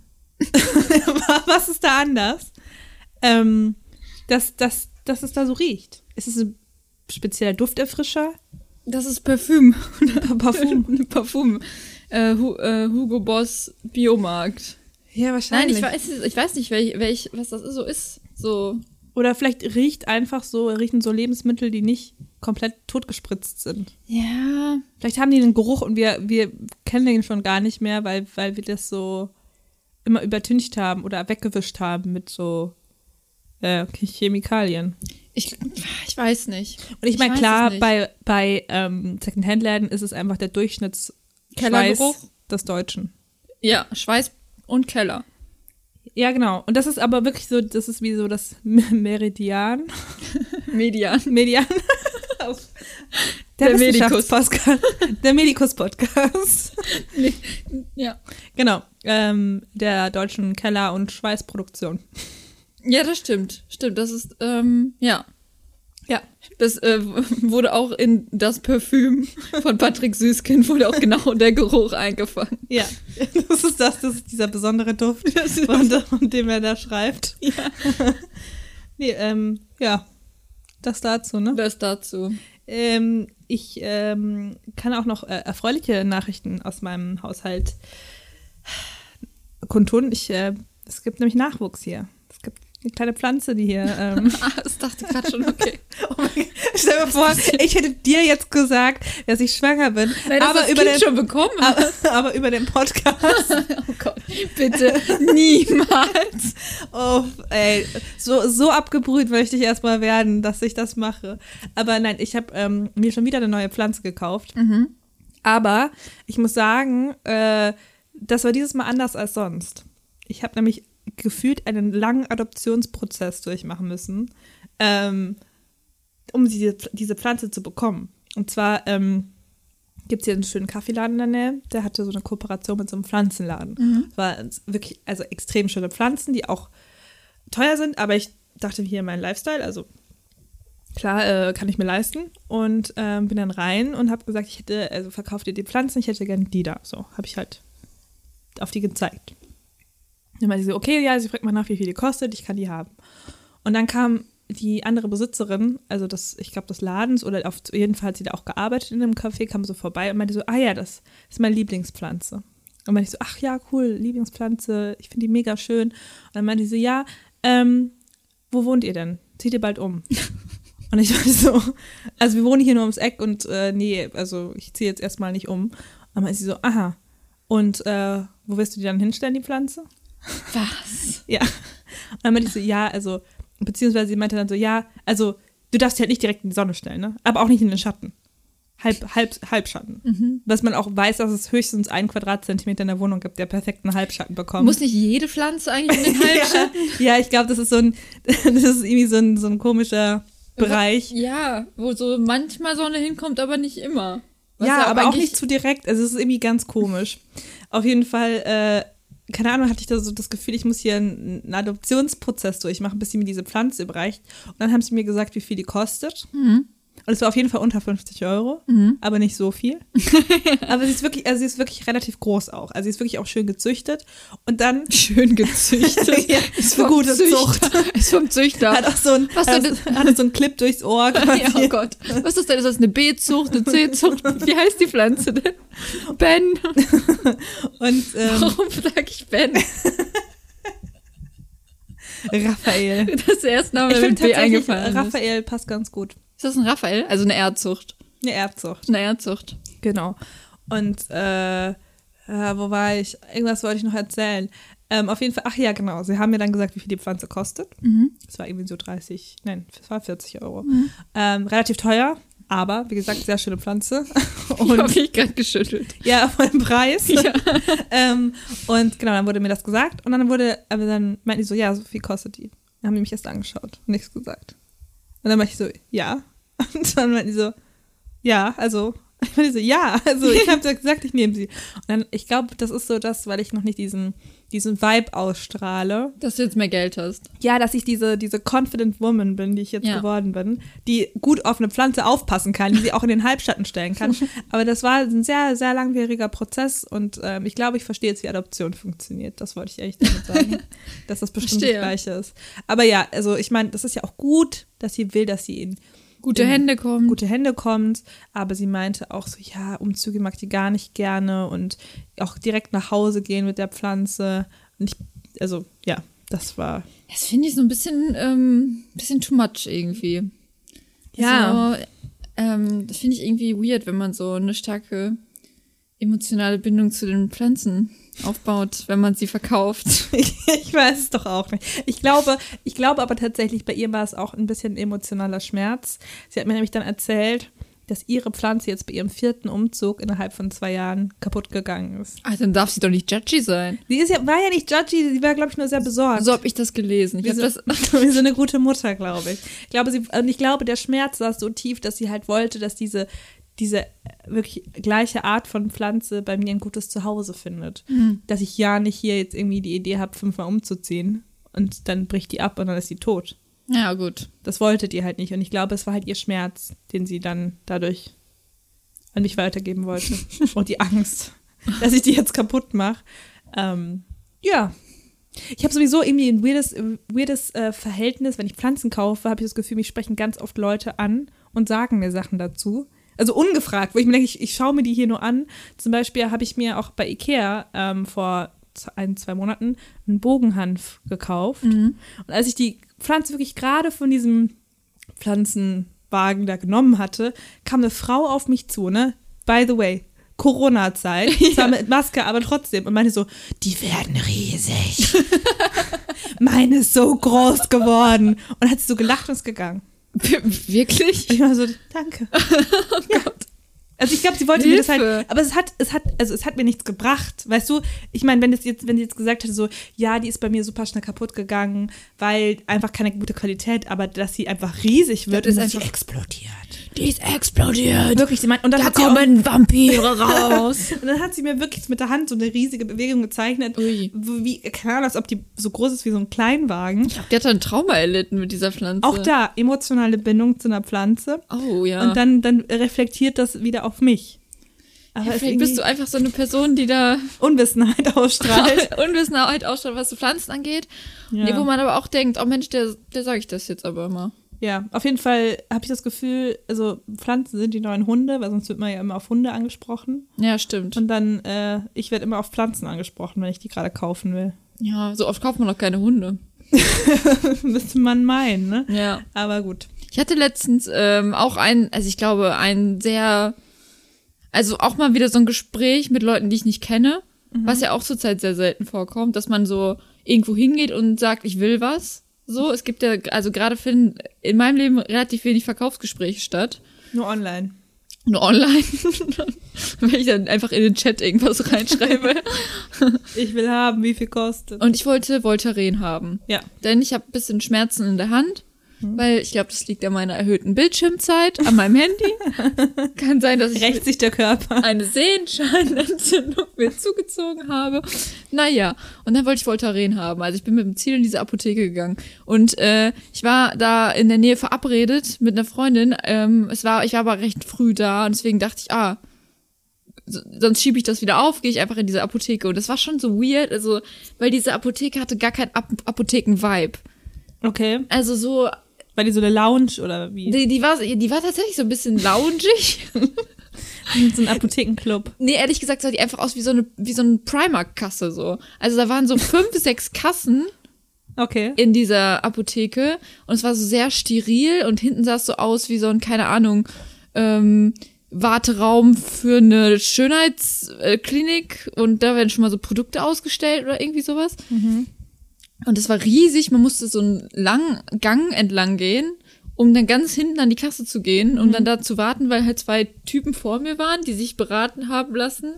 Was ist da anders? Dass es da so riecht. Ist es ein spezieller Dufterfrischer? Das ist Parfüm. Parfum. Parfum. Hugo Boss Biomarkt. Ja, Nein, wahrscheinlich. ich weiß nicht, was das so ist. So. Oder vielleicht riechen so Lebensmittel, die nicht komplett totgespritzt sind. Ja. Vielleicht haben die einen Geruch und wir kennen den schon gar nicht mehr, weil wir das so immer übertüncht haben oder weggewischt haben mit so Chemikalien. Ich weiß nicht. Und ich meine, weiß klar, es nicht. bei Secondhand-Läden ist es einfach der Durchschnittsschweiß Kellergeruch? des Deutschen. Ja, Schweiß und Keller. Ja, genau. Und das ist aber wirklich so, das ist wie so das Meridian. Median. Median. Der Wissenschaftspodcast. Der Medikus-Podcast. Ja. Genau. Der deutschen Keller- und Schweißproduktion. Ja, das stimmt. Stimmt, das ist, ja. Ja. Das wurde auch in das Parfüm von Patrick Süßkind wurde auch genau der Geruch eingefangen. Ja. Das ist dieser besondere Duft, von dem er da schreibt. Ja. Nee, ja. Das dazu, ne? Das dazu. Ich kann auch noch erfreuliche Nachrichten aus meinem Haushalt kundtun. Es gibt nämlich Nachwuchs hier. Es gibt eine kleine Pflanze, die hier. Das dachte ich gerade schon, okay. Oh mein Gott. Stell dir vor, ich hätte dir jetzt gesagt, dass ich schwanger bin. Nein, aber das über Kind den, schon bekommen. aber über den Podcast. Oh Gott, bitte niemals. Oh, ey, so abgebrüht möchte ich erstmal werden, dass ich das mache. Aber nein, ich habe mir schon wieder eine neue Pflanze gekauft. Aber ich muss sagen, das war dieses Mal anders als sonst. Ich habe nämlich gefühlt einen langen Adoptionsprozess durchmachen müssen, um diese Pflanze zu bekommen. Und zwar gibt es hier einen schönen Kaffeeladen in der Nähe, der hatte so eine Kooperation mit so einem Pflanzenladen. Es waren wirklich, also extrem schöne Pflanzen, die auch teuer sind, aber ich dachte hier mein Lifestyle, also klar, kann ich mir leisten. Und bin dann rein und habe gesagt, verkauft ihr die Pflanzen, ich hätte gerne die da. So, habe ich halt auf die gezeigt. Dann meinte sie so, okay, ja, sie fragt mal nach, wie viel die kostet, ich kann die haben. Und dann kam die andere Besitzerin, also ich glaube des Ladens, oder auf jeden Fall hat sie da auch gearbeitet in einem Café, kam so vorbei und meinte so, ja, das ist meine Lieblingspflanze. Und meinte ich so, ach ja, cool, Lieblingspflanze, ich finde die mega schön. Und dann meinte sie so, ja, wo wohnt ihr denn? Zieht ihr bald um? Und ich war so, also wir wohnen hier nur ums Eck und nee, also ich ziehe jetzt erstmal nicht um. Und dann meinte sie so, aha, und wo wirst du die dann hinstellen, die Pflanze? Was? Ja. Und dann meinte ich so, ja, also beziehungsweise sie meinte dann so, ja, also du darfst sie halt nicht direkt in die Sonne stellen, ne? Aber auch nicht in den Schatten. Halbschatten. Dass man auch weiß, dass es höchstens 1 Quadratzentimeter in der Wohnung gibt, der perfekten Halbschatten bekommt. Muss nicht jede Pflanze eigentlich in den Halbschatten? Ja, ich glaube, das ist irgendwie so ein komischer Bereich. Ja, wo so manchmal Sonne hinkommt, aber nicht immer. Ja, aber auch nicht zu direkt. Also es ist irgendwie ganz komisch. Auf jeden Fall, keine Ahnung, hatte ich da so das Gefühl, ich muss hier einen Adoptionsprozess durchmachen, bis sie mir diese Pflanze überreicht. Und dann haben sie mir gesagt, wie viel die kostet. Und es war auf jeden Fall unter 50 €, aber nicht so viel. Aber sie ist wirklich relativ groß auch. Also sie ist wirklich auch schön gezüchtet. Und dann schön gezüchtet. Ja, ist eine gute Zucht. Ist vom Züchter. Hat auch so einen Clip durchs Ohr. Ja, oh Gott. Was ist das denn? Ist das eine B-Zucht, eine C-Zucht? Wie heißt die Pflanze denn? Ben. Und warum sage ich Ben? Raphael. Das ist der erste Name, der mit B eingefallen ist. Raphael passt ganz gut. Ist das ein Raphael? Also eine Erbzucht. Eine Erbzucht. Eine Erbzucht. Genau. Und wo war ich? Irgendwas wollte ich noch erzählen. Auf jeden Fall, ach ja, genau. Sie haben mir dann gesagt, wie viel die Pflanze kostet. Es war irgendwie so 40 €. Relativ teuer, aber wie gesagt, sehr schöne Pflanze. Und habe ich gerade geschüttelt. Ja, von dem Preis. Ja. Und genau, dann wurde mir das gesagt. Und dann meinten die so, ja, so viel kostet die. Dann haben die mich erst angeschaut, nichts gesagt. Und dann meinte ich so, ja. Und dann meinten die so, ja, also, ich meinte so, ja, also ich habe gesagt, ich nehme sie. Und dann, ich glaube, das ist so das, weil ich noch nicht diesen Vibe ausstrahle. Dass du jetzt mehr Geld hast. Ja, dass ich diese confident woman bin, die ich jetzt geworden bin, die gut auf eine Pflanze aufpassen kann, die sie auch in den Halbschatten stellen kann. Aber das war ein sehr, sehr langwieriger Prozess und ich glaube, ich verstehe jetzt, wie Adoption funktioniert. Das wollte ich eigentlich damit sagen, dass das bestimmt das Gleiche ist. Aber ja, also ich meine, das ist ja auch gut, dass sie will, dass sie in gute Hände kommt, aber sie meinte auch so, ja, Umzüge mag die gar nicht gerne und auch direkt nach Hause gehen mit der Pflanze. Und das war. Das finde ich so ein bisschen too much irgendwie. Ja. Also, das finde ich irgendwie weird, wenn man so eine starke emotionale Bindung zu den Pflanzen aufbaut, wenn man sie verkauft. Ich weiß es doch auch nicht. Ich glaube aber tatsächlich, bei ihr war es auch ein bisschen emotionaler Schmerz. Sie hat mir nämlich dann erzählt, dass ihre Pflanze jetzt bei ihrem 4. Umzug innerhalb von 2 Jahren kaputt gegangen ist. Ach, dann darf sie doch nicht judgy sein. Sie war ja nicht judgy, sie war, glaube ich, nur sehr besorgt. So habe ich das gelesen. Wie so eine gute Mutter, glaube ich. Ich glaube, der Schmerz saß so tief, dass sie halt wollte, dass diese wirklich gleiche Art von Pflanze bei mir ein gutes Zuhause findet. Dass ich ja nicht hier jetzt irgendwie die Idee habe, 5-mal umzuziehen und dann bricht die ab und dann ist sie tot. Ja, gut. Das wollte die halt nicht und ich glaube, es war halt ihr Schmerz, den sie dann dadurch an mich weitergeben wollte. Und die Angst, dass ich die jetzt kaputt mache. Ja. Ich habe sowieso irgendwie ein weirdes Verhältnis, wenn ich Pflanzen kaufe, habe ich das Gefühl, mich sprechen ganz oft Leute an und sagen mir Sachen dazu. Also ungefragt, wo ich mir denke, ich schaue mir die hier nur an. Zum Beispiel habe ich mir auch bei Ikea vor 1-2 Monaten einen Bogenhanf gekauft. Und als ich die Pflanze wirklich gerade von diesem Pflanzenwagen da genommen hatte, kam eine Frau auf mich zu, ne? By the way, Corona-Zeit, zwar mit Maske, aber trotzdem. Und meinte so, die werden riesig. Meine ist so groß geworden. Und hat sie so gelacht und ist gegangen. Wirklich? Ich war so, danke. Oh Gott. Also ich glaube, sie wollte mir das halt, aber es hat mir nichts gebracht, weißt du? Ich meine, wenn sie jetzt gesagt hätte so, ja, die ist bei mir super schnell kaputt gegangen, weil einfach keine gute Qualität, aber dass sie einfach riesig wird, ist einfach explodiert. Die ist explodiert. Wirklich, sie meint, und dann da kommen Vampire raus. Und dann hat sie mir wirklich mit der Hand so eine riesige Bewegung gezeichnet, wie, keine Ahnung, als ob die so groß ist wie so ein Kleinwagen. Ich glaube, die hat ein Trauma erlitten mit dieser Pflanze. Auch da, emotionale Bindung zu einer Pflanze. Oh ja. Und dann reflektiert das wieder auf mich. Aber ja, vielleicht bist du einfach so eine Person, die da Unwissenheit ausstrahlt. Unwissenheit ausstrahlt, was so Pflanzen angeht. Ja. Nee, wo man aber auch denkt, oh Mensch, der sage ich das jetzt aber immer. Ja, auf jeden Fall habe ich das Gefühl, also Pflanzen sind die neuen Hunde, weil sonst wird man ja immer auf Hunde angesprochen. Ja, stimmt. Und dann, ich werde immer auf Pflanzen angesprochen, wenn ich die gerade kaufen will. Ja, so oft kauft man doch keine Hunde. Müsste man meinen, ne? Ja. Aber gut. Ich hatte letztens auch ein sehr, also auch mal wieder so ein Gespräch mit Leuten, die ich nicht kenne, was ja auch zurzeit sehr selten vorkommt, dass man so irgendwo hingeht und sagt, ich will was. So, es gibt ja, also gerade finden in meinem Leben relativ wenig Verkaufsgespräche statt. Nur online. Nur online. Wenn ich dann einfach in den Chat irgendwas reinschreibe. Ich will haben, wie viel kostet. Und ich wollte Voltaren haben. Ja. Denn ich habe ein bisschen Schmerzen in der Hand. Weil ich glaube, das liegt an meiner erhöhten Bildschirmzeit an meinem Handy. Kann sein, dass ich rächt sich der Körper. Eine Sehenscheinentzündung mir zugezogen habe. Naja, und dann wollte ich Voltaren haben. Also ich bin mit dem Ziel in diese Apotheke gegangen. Und ich war da in der Nähe verabredet mit einer Freundin. Ich war aber recht früh da und deswegen dachte ich, sonst schiebe ich das wieder auf, gehe ich einfach in diese Apotheke. Und das war schon so weird, also weil diese Apotheke hatte gar keinen Apotheken-Vibe. Okay. Also so... War die so eine Lounge oder wie? Die war tatsächlich so ein bisschen loungig. So ein Apothekenclub. Nee, ehrlich gesagt sah die einfach aus wie so eine Primark-Kasse so. Also da waren so 5, 6 Kassen in dieser Apotheke und es war so sehr steril und hinten sah es so aus wie so ein, keine Ahnung, Warteraum für eine Schönheitsklinik und da werden schon mal so Produkte ausgestellt oder irgendwie sowas. Und es war riesig, man musste so einen langen Gang entlang gehen, um dann ganz hinten an die Kasse zu gehen, um dann da zu warten, weil halt 2 Typen vor mir waren, die sich beraten haben lassen.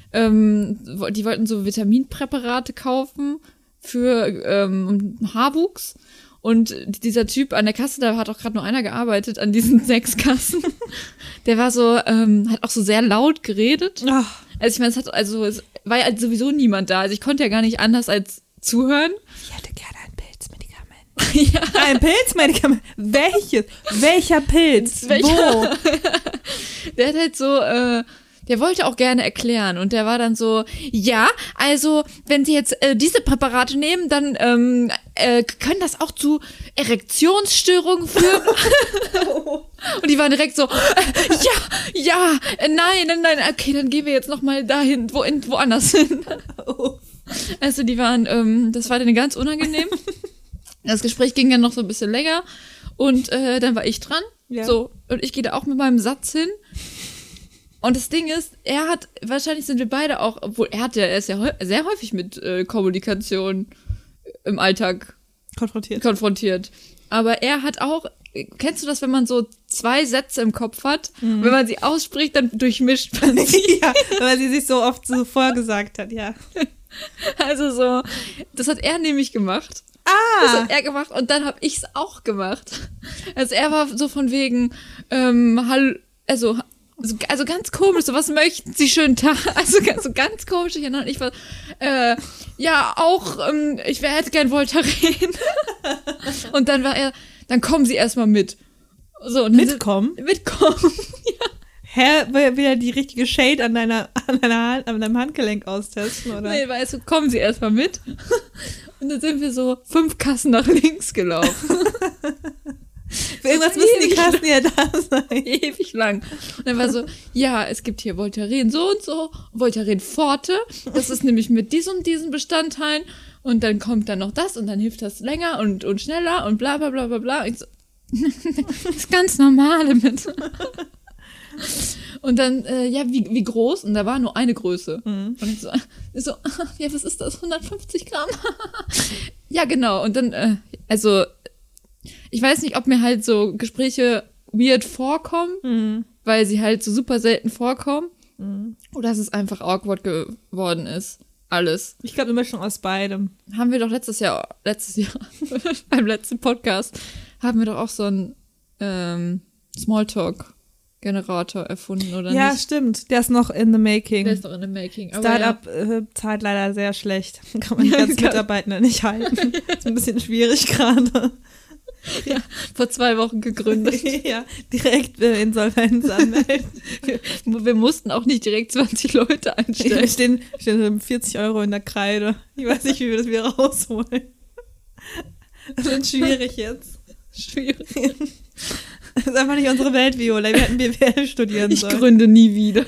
Die wollten so Vitaminpräparate kaufen für Haarwuchs. Und dieser Typ an der Kasse, da hat auch gerade nur einer gearbeitet an diesen 6 Kassen. Der war so, hat auch so sehr laut geredet. Oh. Also ich meine, es war ja sowieso niemand da. Also ich konnte ja gar nicht anders als zuhören. Ich hätte gerne ein Pilzmedikament. Ja. Ein Pilzmedikament? Welches? Welcher Pilz? Wo? Der hat halt so, der wollte auch gerne erklären und der war dann so, ja, also wenn Sie jetzt diese Präparate nehmen, dann können das auch zu Erektionsstörungen führen. Und die waren direkt so, nein, okay, dann gehen wir jetzt noch mal dahin, woanders hin. Also die waren, das war denen ganz unangenehm. Das Gespräch ging dann noch so ein bisschen länger und dann war ich dran. Ja. So, und ich gehe da auch mit meinem Satz hin. Und das Ding ist, wahrscheinlich sind wir beide auch, obwohl er ist ja sehr häufig mit Kommunikation im Alltag konfrontiert. Aber er hat auch, kennst du das, wenn man so 2 Sätze im Kopf hat? Und wenn man sie ausspricht, dann durchmischt man sie. Ja, weil sie sich so oft so vorgesagt hat, ja. Also so, das hat er nämlich gemacht. Das hat er gemacht und dann habe ich es auch gemacht. Also er war so von wegen, also ganz komisch, so was möchten Sie schönen Tag, also ganz komisch. Und ich war, ich hätte gern Voltaren. Und dann war er, dann kommen Sie erstmal mit. So, und mitkommen? Mitkommen, ja. Hä? Will er die richtige Shade an deinem Handgelenk austesten, oder? Nee, weißt du, kommen Sie erstmal mit. Und dann sind wir so 5 Kassen nach links gelaufen. Für irgendwas müssen die Kassen ja da sein. Ewig lang. Und dann war so, ja, es gibt hier Voltaren so und so, Voltaren Forte. Das ist nämlich mit diesen und diesen Bestandteilen. Und dann kommt dann noch das und dann hilft das länger und schneller und bla bla bla bla bla. Ich so, das ganz Normale mit. Und dann, wie groß? Und da war nur eine Größe. Und ich so, ja, was ist das? 150 Gramm? Ja, genau. Und dann, ich weiß nicht, ob mir halt so Gespräche weird vorkommen, weil sie halt so super selten vorkommen, oder dass es einfach awkward geworden ist. Alles. Ich glaube, eine Mischung aus beidem. Haben wir doch letztes Jahr, beim letzten Podcast, haben wir doch auch so einen Smalltalk-Generator erfunden, oder Ja, nicht? stimmt. Der ist noch in the making. Der ist noch in the making. Aber Startup zahlt leider sehr schlecht. Kann man die ganzen Mitarbeitenden nicht halten. Ist ein bisschen schwierig gerade. ja, vor 2 Wochen gegründet. Ja, direkt Insolvenz anmelden. Wir mussten auch nicht direkt 20 Leute einstellen. Stehen 40 € in der Kreide. Ich weiß nicht, wie wir das wieder rausholen. Das wird schwierig jetzt. Schwierig. Das ist einfach nicht unsere Welt, Viola. Wir hätten BWL studieren sollen. Ich gründe nie wieder.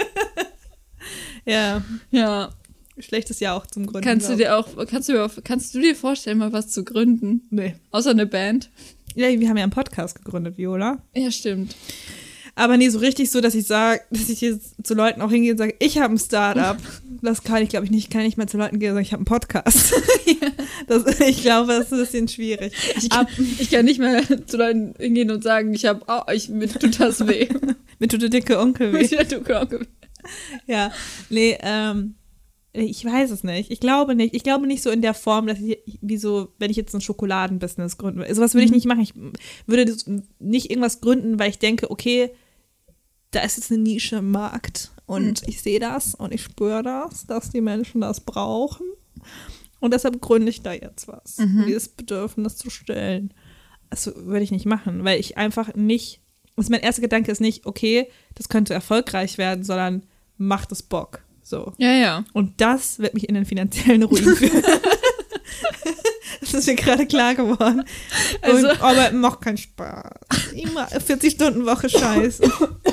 Ja. Ja. Schlechtes Jahr auch zum Gründen. Kannst du dir vorstellen, mal was zu gründen? Nee. Außer eine Band? Ja, wir haben ja einen Podcast gegründet, Viola. Ja, stimmt. Aber nie so richtig so, dass ich sage, dass ich jetzt zu Leuten auch hingehe und sage, ich habe ein Startup. Das kann ich, glaube ich, nicht. Kann ich mal zu Leuten gehen und sagen, ich habe einen Podcast. Ich glaube, das ist ein bisschen schwierig. Ich kann nicht mehr zu Leuten hingehen und sagen, mir tut das weh. Mir tut der dicke Onkel weh. Der dicke Onkel. Ja, nee, ich weiß es nicht. Ich glaube nicht. Ich glaube nicht so in der Form, dass wenn ich jetzt ein Schokoladenbusiness gründen würde. Sowas würde ich nicht machen. Ich würde nicht irgendwas gründen, weil ich denke, okay, da ist jetzt eine Nische im Markt und ich sehe das und ich spüre das, dass die Menschen das brauchen. Und deshalb gründe ich da jetzt was, dieses Bedürfnis zu stillen. Das würde ich nicht machen, weil ich einfach nicht, mein erster Gedanke ist nicht, okay, das könnte erfolgreich werden, sondern macht es Bock. So. Ja, ja. Und das wird mich in den finanziellen Ruin führen. Das ist mir gerade klar geworden. Also, Aber macht keinen Spaß. Immer 40-Stunden-Woche Scheiß.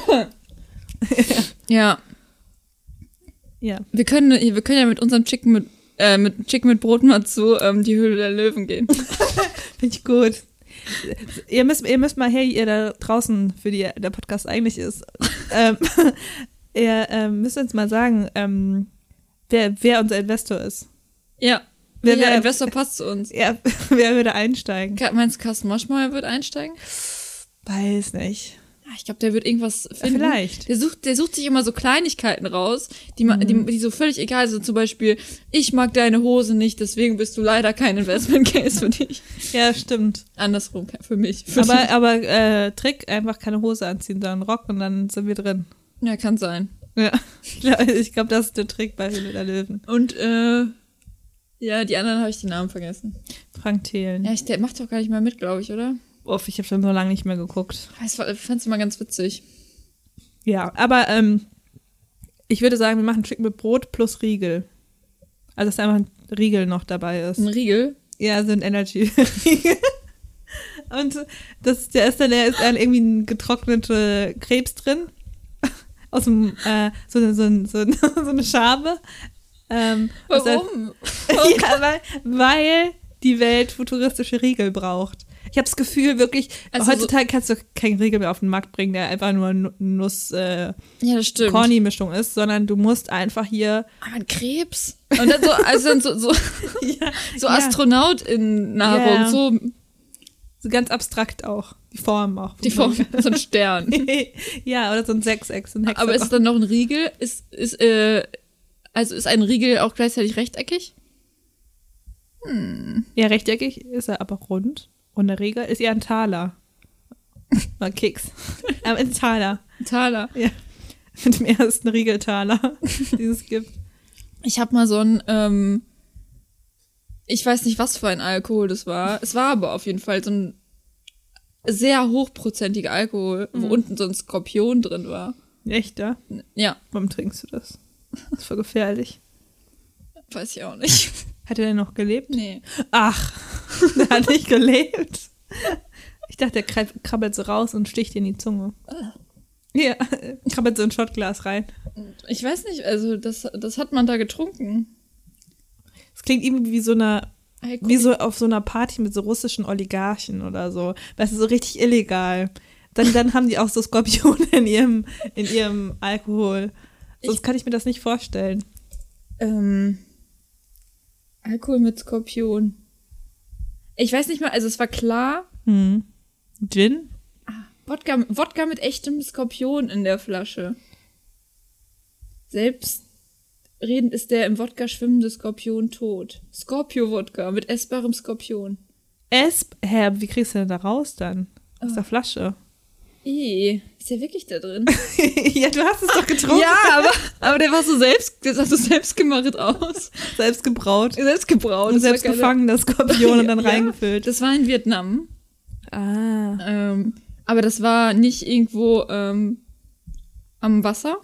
Ja. Ja. Wir können ja mit unserem Chicken mit Brot mal zu die Höhle der Löwen gehen. Finde ich gut. Ihr müsst mal her, ihr da draußen, für die der Podcast eigentlich ist. Ihr müsst uns mal sagen, wer unser Investor ist. Ja. Welcher Investor passt zu uns? Ja, wer würde einsteigen? Meinst du, Carsten Moschmeier wird einsteigen? Weiß nicht. Ja, ich glaube, der wird irgendwas finden. Vielleicht. Der sucht sich immer so Kleinigkeiten raus, die so völlig egal sind. Zum Beispiel, ich mag deine Hose nicht, deswegen bist du leider kein Investment Case für dich. Ja, stimmt. Andersrum, für mich. Aber Trick, einfach keine Hose anziehen, sondern Rock und dann sind wir drin. Ja, kann sein. Ja, ich glaube, das ist der Trick bei Höhle der Löwen. Und, ja, die anderen habe ich den Namen vergessen. Frank Thelen. Ja, der macht doch gar nicht mehr mit, glaube ich, oder? Uff, ich habe schon so lange nicht mehr geguckt. Ich fand es immer ganz witzig. Ja, aber ich würde sagen, wir machen Chicken mit Brot plus Riegel. Also, dass einfach ein Riegel noch dabei ist. Ein Riegel? Ja, so ein Energy-Riegel. Und der ist dann irgendwie ein getrocknete Krebs drin. Aus dem, so eine Schabe. Warum? Ja, weil die Welt futuristische Riegel braucht. Ich habe das Gefühl, wirklich, also heutzutage kannst du keinen Riegel mehr auf den Markt bringen, der einfach nur Nuss-Corny-Mischung ist, sondern du musst einfach hier. Aber ein Krebs? Und dann so so Astronaut in Nahrung, ja. so ganz abstrakt auch. Die Form auch. Die Form, so ein Stern. Ja, oder so ein Sechseck, so ein Hexagon. Aber ist es dann noch ein Riegel? Ist ein Riegel auch gleichzeitig rechteckig? Ja, rechteckig ist er aber rund. Und der Riegel ist eher ein Taler. Mal Keks. Aber ein Taler. Ein Taler. Ja. Mit dem ersten Riegeltaler, den es gibt. Ich habe mal so ein, ich weiß nicht, was für ein Alkohol das war. Es war aber auf jeden Fall so ein sehr hochprozentiger Alkohol, wo unten so ein Skorpion drin war. Echt, ja? Ja. Warum trinkst du das? Das ist voll gefährlich. Weiß ich auch nicht. Hat er denn noch gelebt? Nee. Ach, der hat nicht gelebt. Ich dachte, der krabbelt so raus und sticht dir in die Zunge. Ja, krabbelt so ein Shotglas rein. Ich weiß nicht, also das hat man da getrunken. Es klingt irgendwie wie so auf so einer Party mit so russischen Oligarchen oder so. Weißt du, so richtig illegal. Dann haben die auch so Skorpione in ihrem Alkohol. Sonst kann ich mir das nicht vorstellen. Alkohol mit Skorpion. Ich weiß nicht mal, also es war klar. Gin? Wodka mit echtem Skorpion in der Flasche. Selbstredend ist der im Wodka schwimmende Skorpion tot. Scorpio-Wodka mit essbarem Skorpion. Wie kriegst du denn da raus dann? Aus der Flasche? Ist der wirklich da drin? Ja, du hast es doch getrunken. Ja, aber der war so das sah so selbstgemacht aus. Selbst gebraut. Selbstgebraut. Und selbst gefangen, das Skorpion und dann reingefüllt. Das war in Vietnam. Ah. Aber das war nicht irgendwo am Wasser.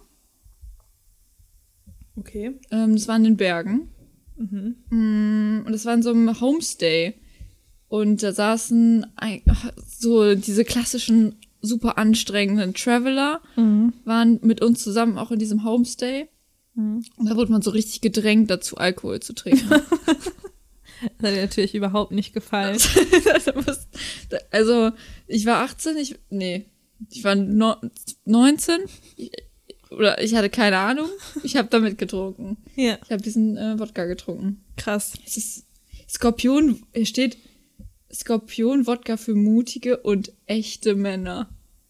Okay. Das war in den Bergen. Und das war in so einem Homestay. Und da saßen so diese klassischen, super anstrengenden Traveler, waren mit uns zusammen auch in diesem Homestay. Und da wurde man so richtig gedrängt dazu, Alkohol zu trinken. Das hat dir natürlich überhaupt nicht gefallen. Also, ich war 18, ich war 19. Ich hatte keine Ahnung. Ich habe damit getrunken. Ja. Ich habe diesen Wodka getrunken. Krass. Es ist Skorpion, hier steht Skorpion-Wodka für mutige und echte Männer.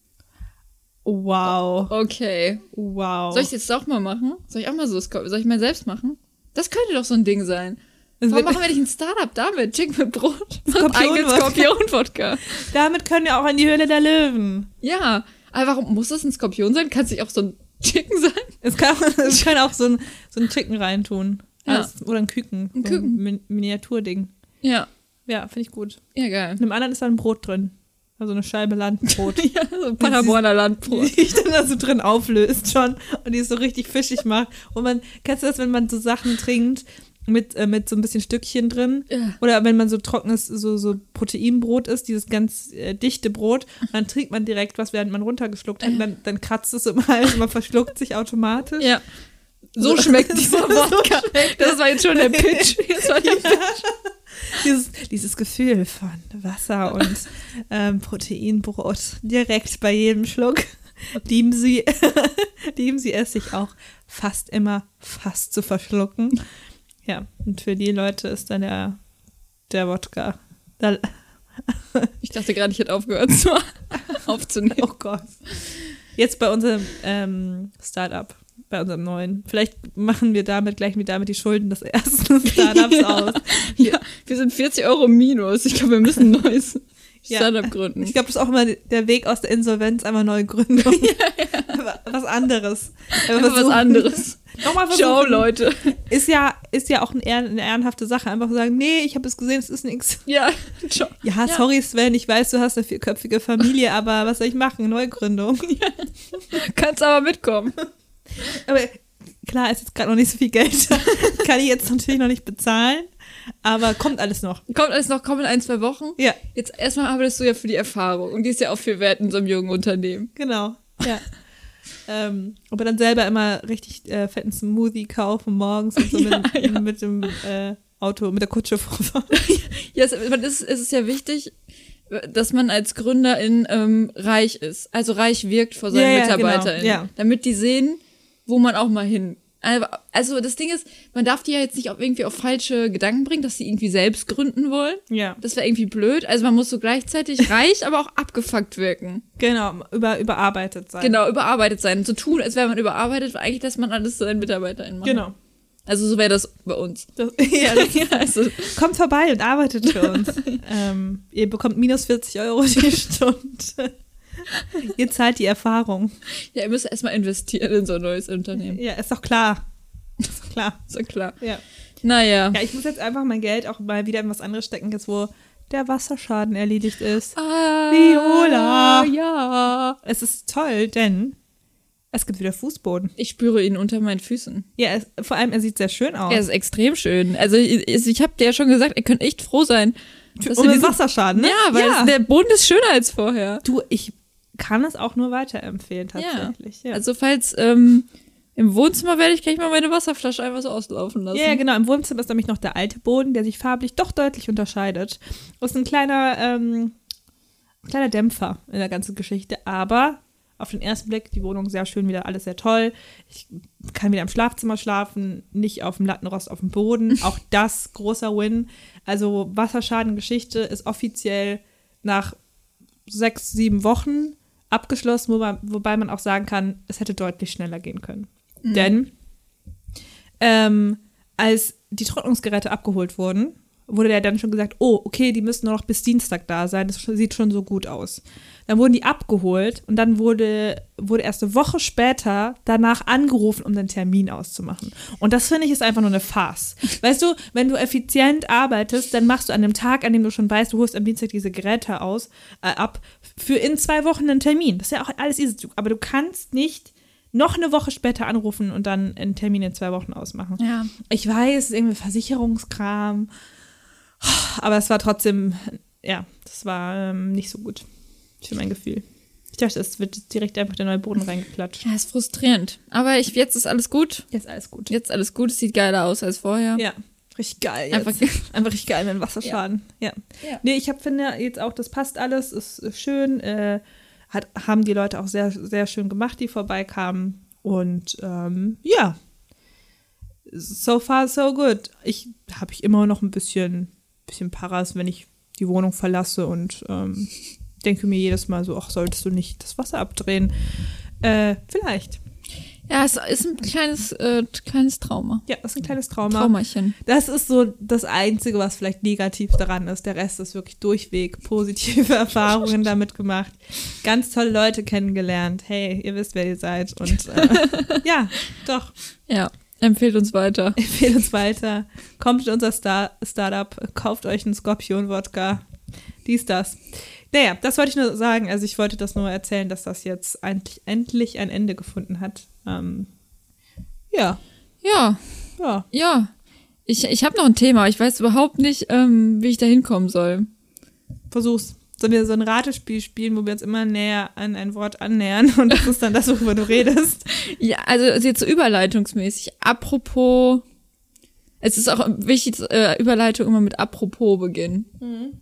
Wow. Okay. Wow. Soll ich jetzt auch mal machen? Soll ich mal selbst machen? Das könnte doch so ein Ding sein. Warum machen wir nicht ein Startup damit? Chicken mit Brot. Skorpion-Wodka. Damit können wir auch in die Höhle der Löwen. Ja. Aber warum muss das ein Skorpion sein? Kann es nicht auch so ein Chicken sein? Es kann auch so ein Chicken reintun. Ja. Oder ein Küken. Ein Küken. Ein Miniaturding. Ja. Ja, finde ich gut. Ja, geil. In dem anderen ist da ein Brot drin. Also eine Scheibe Landbrot. Ja, so Paderborner Landbrot. Die sich dann da so drin auflöst schon und die es so richtig fischig macht. Und kennst du das, wenn man so Sachen trinkt mit so ein bisschen Stückchen drin? Ja. Oder wenn man so trockenes, so Proteinbrot isst, dieses ganz dichte Brot, dann trinkt man direkt was, während man runtergeschluckt hat. Und dann kratzt es im Hals und man verschluckt sich automatisch. Ja. So schmeckt dieser Wodka. Das war jetzt schon der Pitch. Dieses Gefühl von Wasser und Proteinbrot direkt bei jedem Schluck. Lieben sie es, sich auch fast zu verschlucken. Ja, und für die Leute ist dann der Wodka. Ich dachte gerade, ich hätte aufgehört aufzunehmen. Oh Gott. Jetzt bei unserem Startup. Bei unserem neuen. Vielleicht machen wir damit die Schulden des ersten Startups aus. Ja, wir sind 40 € minus. Ich glaube, wir müssen ein neues Startup gründen. Ich glaube, das ist auch immer der Weg aus der Insolvenz, einmal neue Gründung. Ja. Was anderes. Was anderes. Nochmal versuchen. Ciao, Leute. Ist ja auch eine ehrenhafte Sache. Einfach sagen, nee, ich habe es gesehen, es ist nichts. Ja, ciao. Ja, sorry Sven, ich weiß, du hast eine 4-köpfige Familie, aber was soll ich machen? Neugründung. Ja. Kannst aber mitkommen. Aber klar, ist jetzt gerade noch nicht so viel Geld. Kann ich jetzt natürlich noch nicht bezahlen. Aber kommt alles noch. Kommt in 1-2 Wochen. Ja. Jetzt erstmal arbeitest du ja für die Erfahrung. Und die ist ja auch viel wert in so einem jungen Unternehmen. Genau, ja. Aber dann selber immer richtig fetten Smoothie kaufen morgens und so mit dem Auto, mit der Kutsche vorfahren. Ja, es ist ja wichtig, dass man als Gründerin reich ist. Also reich wirkt vor seinen MitarbeiterInnen. Genau. Ja. Damit die sehen, wo man auch mal hin. Also das Ding ist, man darf die ja jetzt nicht irgendwie auf falsche Gedanken bringen, dass sie irgendwie selbst gründen wollen. Ja. Das wäre irgendwie blöd. Also man muss so gleichzeitig reich, aber auch abgefuckt wirken. Genau, überarbeitet sein. Genau, überarbeitet sein. So tun, als wäre man überarbeitet, eigentlich, dass man alles seinen MitarbeiterInnen macht. Genau. Also so wäre das bei uns. Also, kommt vorbei und arbeitet für uns. Ihr bekommt minus 40 € die Stunde. Ihr zahlt die Erfahrung. Ja, ihr müsst erstmal investieren in so ein neues Unternehmen. Ja, ist doch klar. Ist doch klar. Ja. Naja. Ja, ich muss jetzt einfach mein Geld auch mal wieder in was anderes stecken, jetzt wo der Wasserschaden erledigt ist. Viola! Ja. Es ist toll, denn es gibt wieder Fußboden. Ich spüre ihn unter meinen Füßen. Ja, vor allem, er sieht sehr schön aus. Er ist extrem schön. Also ich habe dir ja schon gesagt, ihr könnt echt froh sein. Um den Wasserschaden, ne? Ja, weil der Boden ist schöner als vorher. Du, ich kann es auch nur weiterempfehlen, tatsächlich. Ja. Also falls im Wohnzimmer werde ich gleich mal meine Wasserflasche einfach so auslaufen lassen. Ja, genau. Im Wohnzimmer ist nämlich noch der alte Boden, der sich farblich doch deutlich unterscheidet. Das ist ein kleiner Dämpfer in der ganzen Geschichte, aber auf den ersten Blick die Wohnung sehr schön wieder, alles sehr toll. Ich kann wieder im Schlafzimmer schlafen, nicht auf dem Lattenrost auf dem Boden. Auch das großer Win. Also Wasserschadengeschichte ist offiziell nach 6-7 Wochen abgeschlossen, wobei man auch sagen kann, es hätte deutlich schneller gehen können. Denn als die Trocknungsgeräte abgeholt wurden, wurde ja dann schon gesagt, oh, okay, die müssen nur noch bis Dienstag da sein, das sieht schon so gut aus. Dann wurden die abgeholt und dann wurde erst eine Woche später danach angerufen, um den Termin auszumachen. Und das, finde ich, ist einfach nur eine Farce. Weißt du, wenn du effizient arbeitest, dann machst du an dem Tag, an dem du schon weißt, du holst am Dienstag diese Geräte ab, für in 2 Wochen einen Termin. Das ist ja auch alles easy. Aber du kannst nicht noch eine Woche später anrufen und dann einen Termin in 2 Wochen ausmachen. Ja. Ich weiß, es ist irgendwie Versicherungskram, aber es war trotzdem, ja, das war nicht so gut für mein Gefühl. Ich dachte, es wird direkt einfach der neue Boden reingeklatscht. Ja, ist frustrierend. Aber jetzt ist alles gut. Jetzt alles gut. Jetzt alles gut. Es sieht geiler aus als vorher. Ja, richtig geil jetzt. Einfach richtig geil mit dem Wasserschaden. Ja. Nee, ich finde jetzt auch, das passt alles, ist schön. Haben die Leute auch sehr, sehr schön gemacht, die vorbeikamen. Und ja, so far so good. Habe ich immer noch ein bisschen Paras, wenn ich die Wohnung verlasse und denke mir jedes Mal so, ach, solltest du nicht das Wasser abdrehen? Vielleicht. Ja, es ist ein kleines Trauma. Ja, das ist ein kleines Trauma. Traumachen. Das ist so das Einzige, was vielleicht negativ daran ist. Der Rest ist wirklich durchweg positive Erfahrungen damit gemacht. Ganz tolle Leute kennengelernt. Hey, ihr wisst, wer ihr seid. Und ja, doch. Ja, empfehlt uns weiter. Empfehlt uns weiter. Kommt in unser Startup, kauft euch einen Skorpion-Wodka. Das. Naja, das wollte ich nur sagen. Also ich wollte das nur erzählen, dass das jetzt endlich ein Ende gefunden hat. Ja. Ja. Ja. Ja. Ich habe noch ein Thema. Ich weiß überhaupt nicht, wie ich da hinkommen soll. Versuch's. Sollen wir so ein Ratespiel spielen, wo wir uns immer näher an ein Wort annähern und das ist dann das, worüber du redest? Ja, also jetzt so überleitungsmäßig. Apropos, es ist auch wichtig, Überleitung immer mit apropos beginnen. Mhm.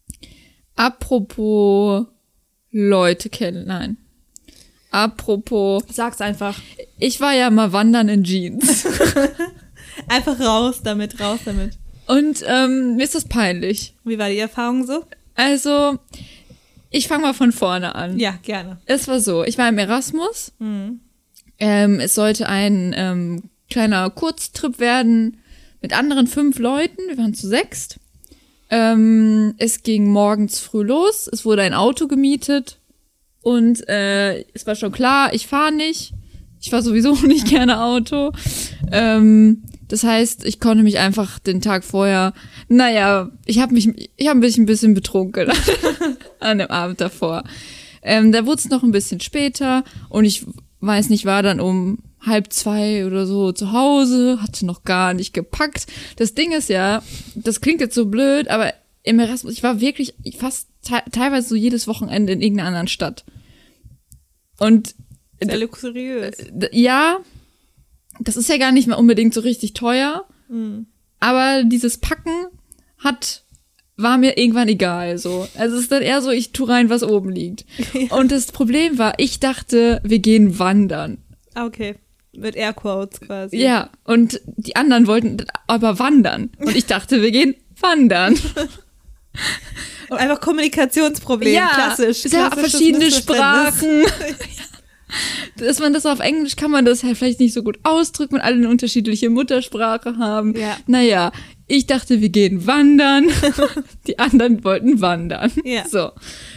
Apropos Leute kennen, nein. Apropos. Sag's einfach. Ich war ja mal wandern in Jeans. Einfach raus damit. Und mir ist das peinlich. Wie war die Erfahrung so? Also, ich fange mal von vorne an. Ja, gerne. Es war so, ich war im Erasmus. Mhm. Es sollte ein kleiner Kurztrip werden mit anderen 5 Leuten. Wir waren zu 6. Es ging morgens früh los. Es wurde ein Auto gemietet. Und es war schon klar, ich fahre nicht. Ich fahre sowieso nicht gerne Auto. Das heißt, ich konnte mich einfach den Tag vorher, ich habe mich ein bisschen betrunken an dem Abend davor. Da wurde es noch ein bisschen später und ich weiß nicht, war dann um 1:30 oder so zu Hause, hatte noch gar nicht gepackt. Das Ding ist ja, das klingt jetzt so blöd, aber im Erasmus, ich war wirklich fast teilweise so jedes Wochenende in irgendeiner anderen Stadt. Und sehr luxuriös. Ja, das ist ja gar nicht mehr unbedingt so richtig teuer, aber dieses Packen war mir irgendwann egal, so. Also es ist dann eher so, ich tue rein, was oben liegt. Ja. Und das Problem war, ich dachte, wir gehen wandern. Okay, mit Airquotes quasi. Ja, und die anderen wollten aber wandern. Und ich dachte, wir gehen wandern. Einfach Kommunikationsproblem, ja, klassisch. Ja, verschiedene Sprachen. Dass man das auf Englisch kann man das halt vielleicht nicht so gut ausdrücken und alle eine unterschiedliche Muttersprache haben. Ja. Naja, ich dachte, wir gehen wandern. Die anderen wollten wandern. Ja. So.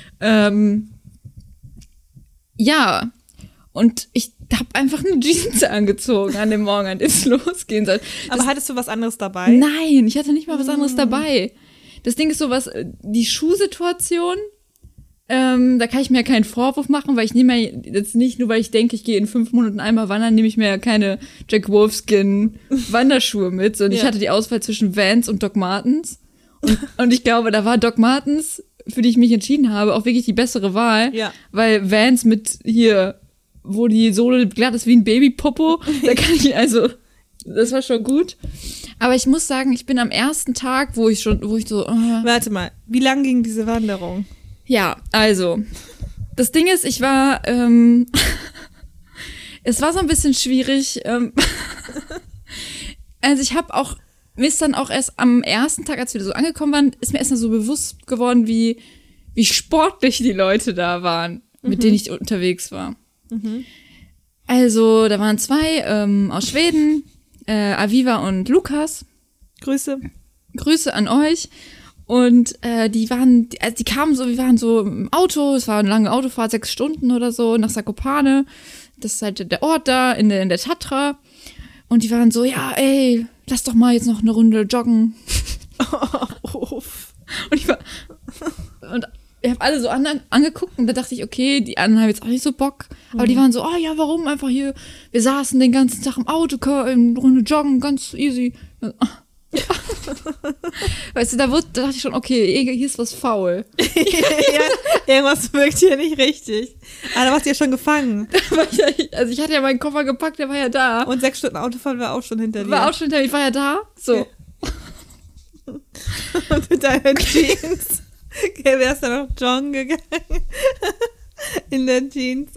Ja. Und ich habe einfach eine Jeans angezogen an dem Morgen, an dem es losgehen soll. Aber hattest du was anderes dabei? Nein, ich hatte nicht mal was anderes dabei. Das Ding ist sowas, die Schuhsituation, da kann ich mir keinen Vorwurf machen, weil ich nehme mir jetzt nicht, nur weil ich denke, ich gehe in 5 Monaten einmal wandern, nehme ich mir ja keine Jack Wolfskin Wanderschuhe mit, sondern ich hatte die Auswahl zwischen Vans und Doc Martens. Und ich glaube, da war Doc Martens, für die ich mich entschieden habe, auch wirklich die bessere Wahl, weil Vans mit hier, wo die Sohle glatt ist wie ein Babypopo, da kann ich, also, das war schon gut. Aber ich muss sagen, ich bin am ersten Tag, wo ich so... Warte mal, wie lang ging diese Wanderung? Ja, also, das Ding ist, ich war, es war so ein bisschen schwierig. Also ich habe auch, mir ist dann auch erst am ersten Tag, als wir so angekommen waren, ist mir erst mal so bewusst geworden, wie sportlich die Leute da waren. mit denen ich unterwegs war. Mhm. Also, da waren 2 aus Schweden, Aviva und Lukas. Grüße an euch. Und die kamen so, wir waren so im Auto, es war eine lange Autofahrt, 6 Stunden oder so, nach Zakopane. Das ist halt der Ort da in der Tatra. Und die waren so, ja, ey, lass doch mal jetzt noch eine Runde joggen. Und ich habe alle so angeguckt und da dachte ich, okay, die anderen haben jetzt auch nicht so Bock. Aber die waren so, oh ja, warum einfach hier? Wir saßen den ganzen Tag im Auto, eine Runde joggen, ganz easy. Ja. Weißt du, da dachte ich schon, okay, hier ist was faul. Ja, irgendwas wirkt hier nicht richtig. Aber da warst du ja schon gefangen. Also ich hatte ja meinen Koffer gepackt, der war ja da. Und 6 Stunden Autofahren war auch schon hinter dir. Ich war ja da. So. Und mit deinen Jeans wärst du noch joggen gegangen. In der Jeans.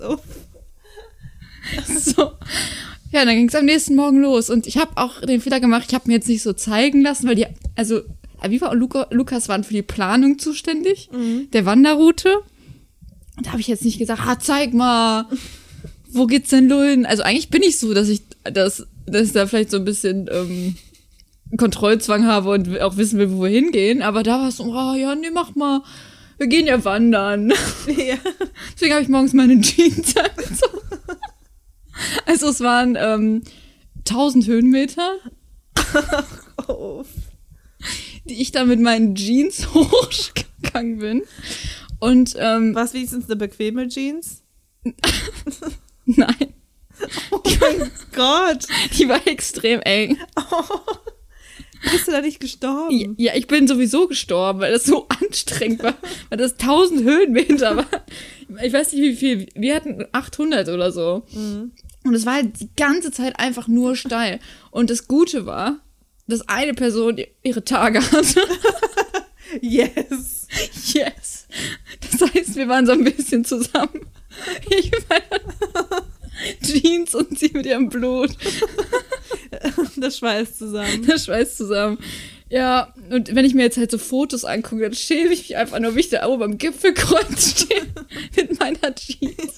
So. Ja, dann ging es am nächsten Morgen los. Und ich habe auch den Fehler gemacht, ich habe mir jetzt nicht so zeigen lassen, weil Aviva und Lukas waren für die Planung zuständig, der Wanderroute. Und da habe ich jetzt nicht gesagt, zeig mal, wo geht's denn hin? Also eigentlich bin ich so, dass ich da vielleicht so ein bisschen Kontrollzwang habe und auch wissen will, wo wir hingehen. Aber da war es so, ja, nee, mach mal. Wir gehen ja wandern. Ja. Deswegen habe ich morgens meine Jeans angezogen. Also es waren 1000 Höhenmeter, die ich dann mit meinen Jeans hochgegangen bin. Und was wenigstens eine bequeme Jeans? Nein. Oh mein Gott. Die war extrem eng. Bist du da nicht gestorben? Ja, ich bin sowieso gestorben, weil das so anstrengend war, weil das 1000 Höhenmeter war. Ich weiß nicht, wie viel. Wir hatten 800 oder so. Mhm. Und es war halt die ganze Zeit einfach nur steil. Und das Gute war, dass eine Person ihre Tage hatte. Yes. Das heißt, wir waren so ein bisschen zusammen. Ich mit meiner Jeans und sie mit ihrem Blut. Das schweißt zusammen. Ja, und wenn ich mir jetzt halt so Fotos angucke, dann schäme ich mich einfach nur, wie ich da oben am Gipfelkreuz stehe mit meiner Jeans.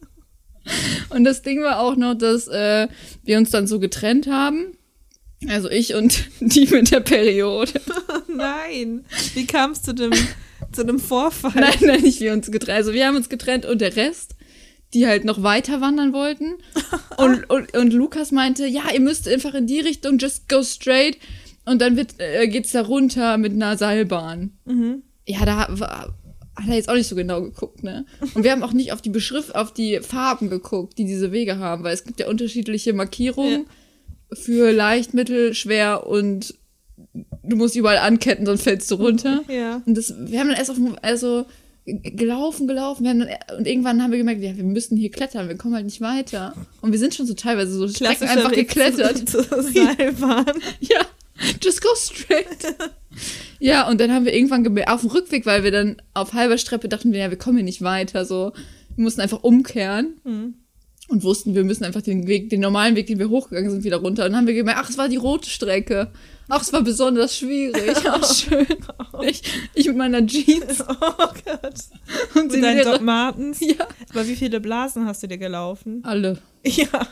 Und das Ding war auch noch, dass wir uns dann so getrennt haben. Also ich und die mit der Periode. Nein, wie kam es zu dem Vorfall? Nein, nicht wir uns getrennt. Also wir haben uns getrennt und der Rest, die halt noch weiter wandern wollten. Und Lukas meinte, ja, ihr müsst einfach in die Richtung, just go straight. Und dann geht's da runter mit einer Seilbahn. Mhm. Ja, hat er jetzt auch nicht so genau geguckt, ne? Und wir haben auch nicht auf die Farben geguckt, die diese Wege haben, weil es gibt ja unterschiedliche Markierungen für leicht, mittel, schwer und du musst überall anketten, sonst fällst du runter. Ja. Und wir haben dann erst gelaufen und irgendwann haben wir gemerkt, ja, wir müssen hier klettern, wir kommen halt nicht weiter. Und wir sind schon so teilweise so Strecken einfach geklettert. Zur Seilbahn. Ja, just go straight. Ja, und dann haben wir irgendwann auf dem Rückweg, weil wir dann auf halber Strecke dachten wir, ja, wir kommen hier nicht weiter, so. Wir mussten einfach umkehren und wussten, wir müssen einfach den normalen Weg, den wir hochgegangen sind, wieder runter. Und dann haben wir gemerkt, ach, es war die rote Strecke. Ach, es war besonders schwierig. Ach, schön. Ich mit meiner Jeans. Oh Gott. Und mit deinen Doc Martens? Ja. Aber wie viele Blasen hast du dir gelaufen? Alle. Ja.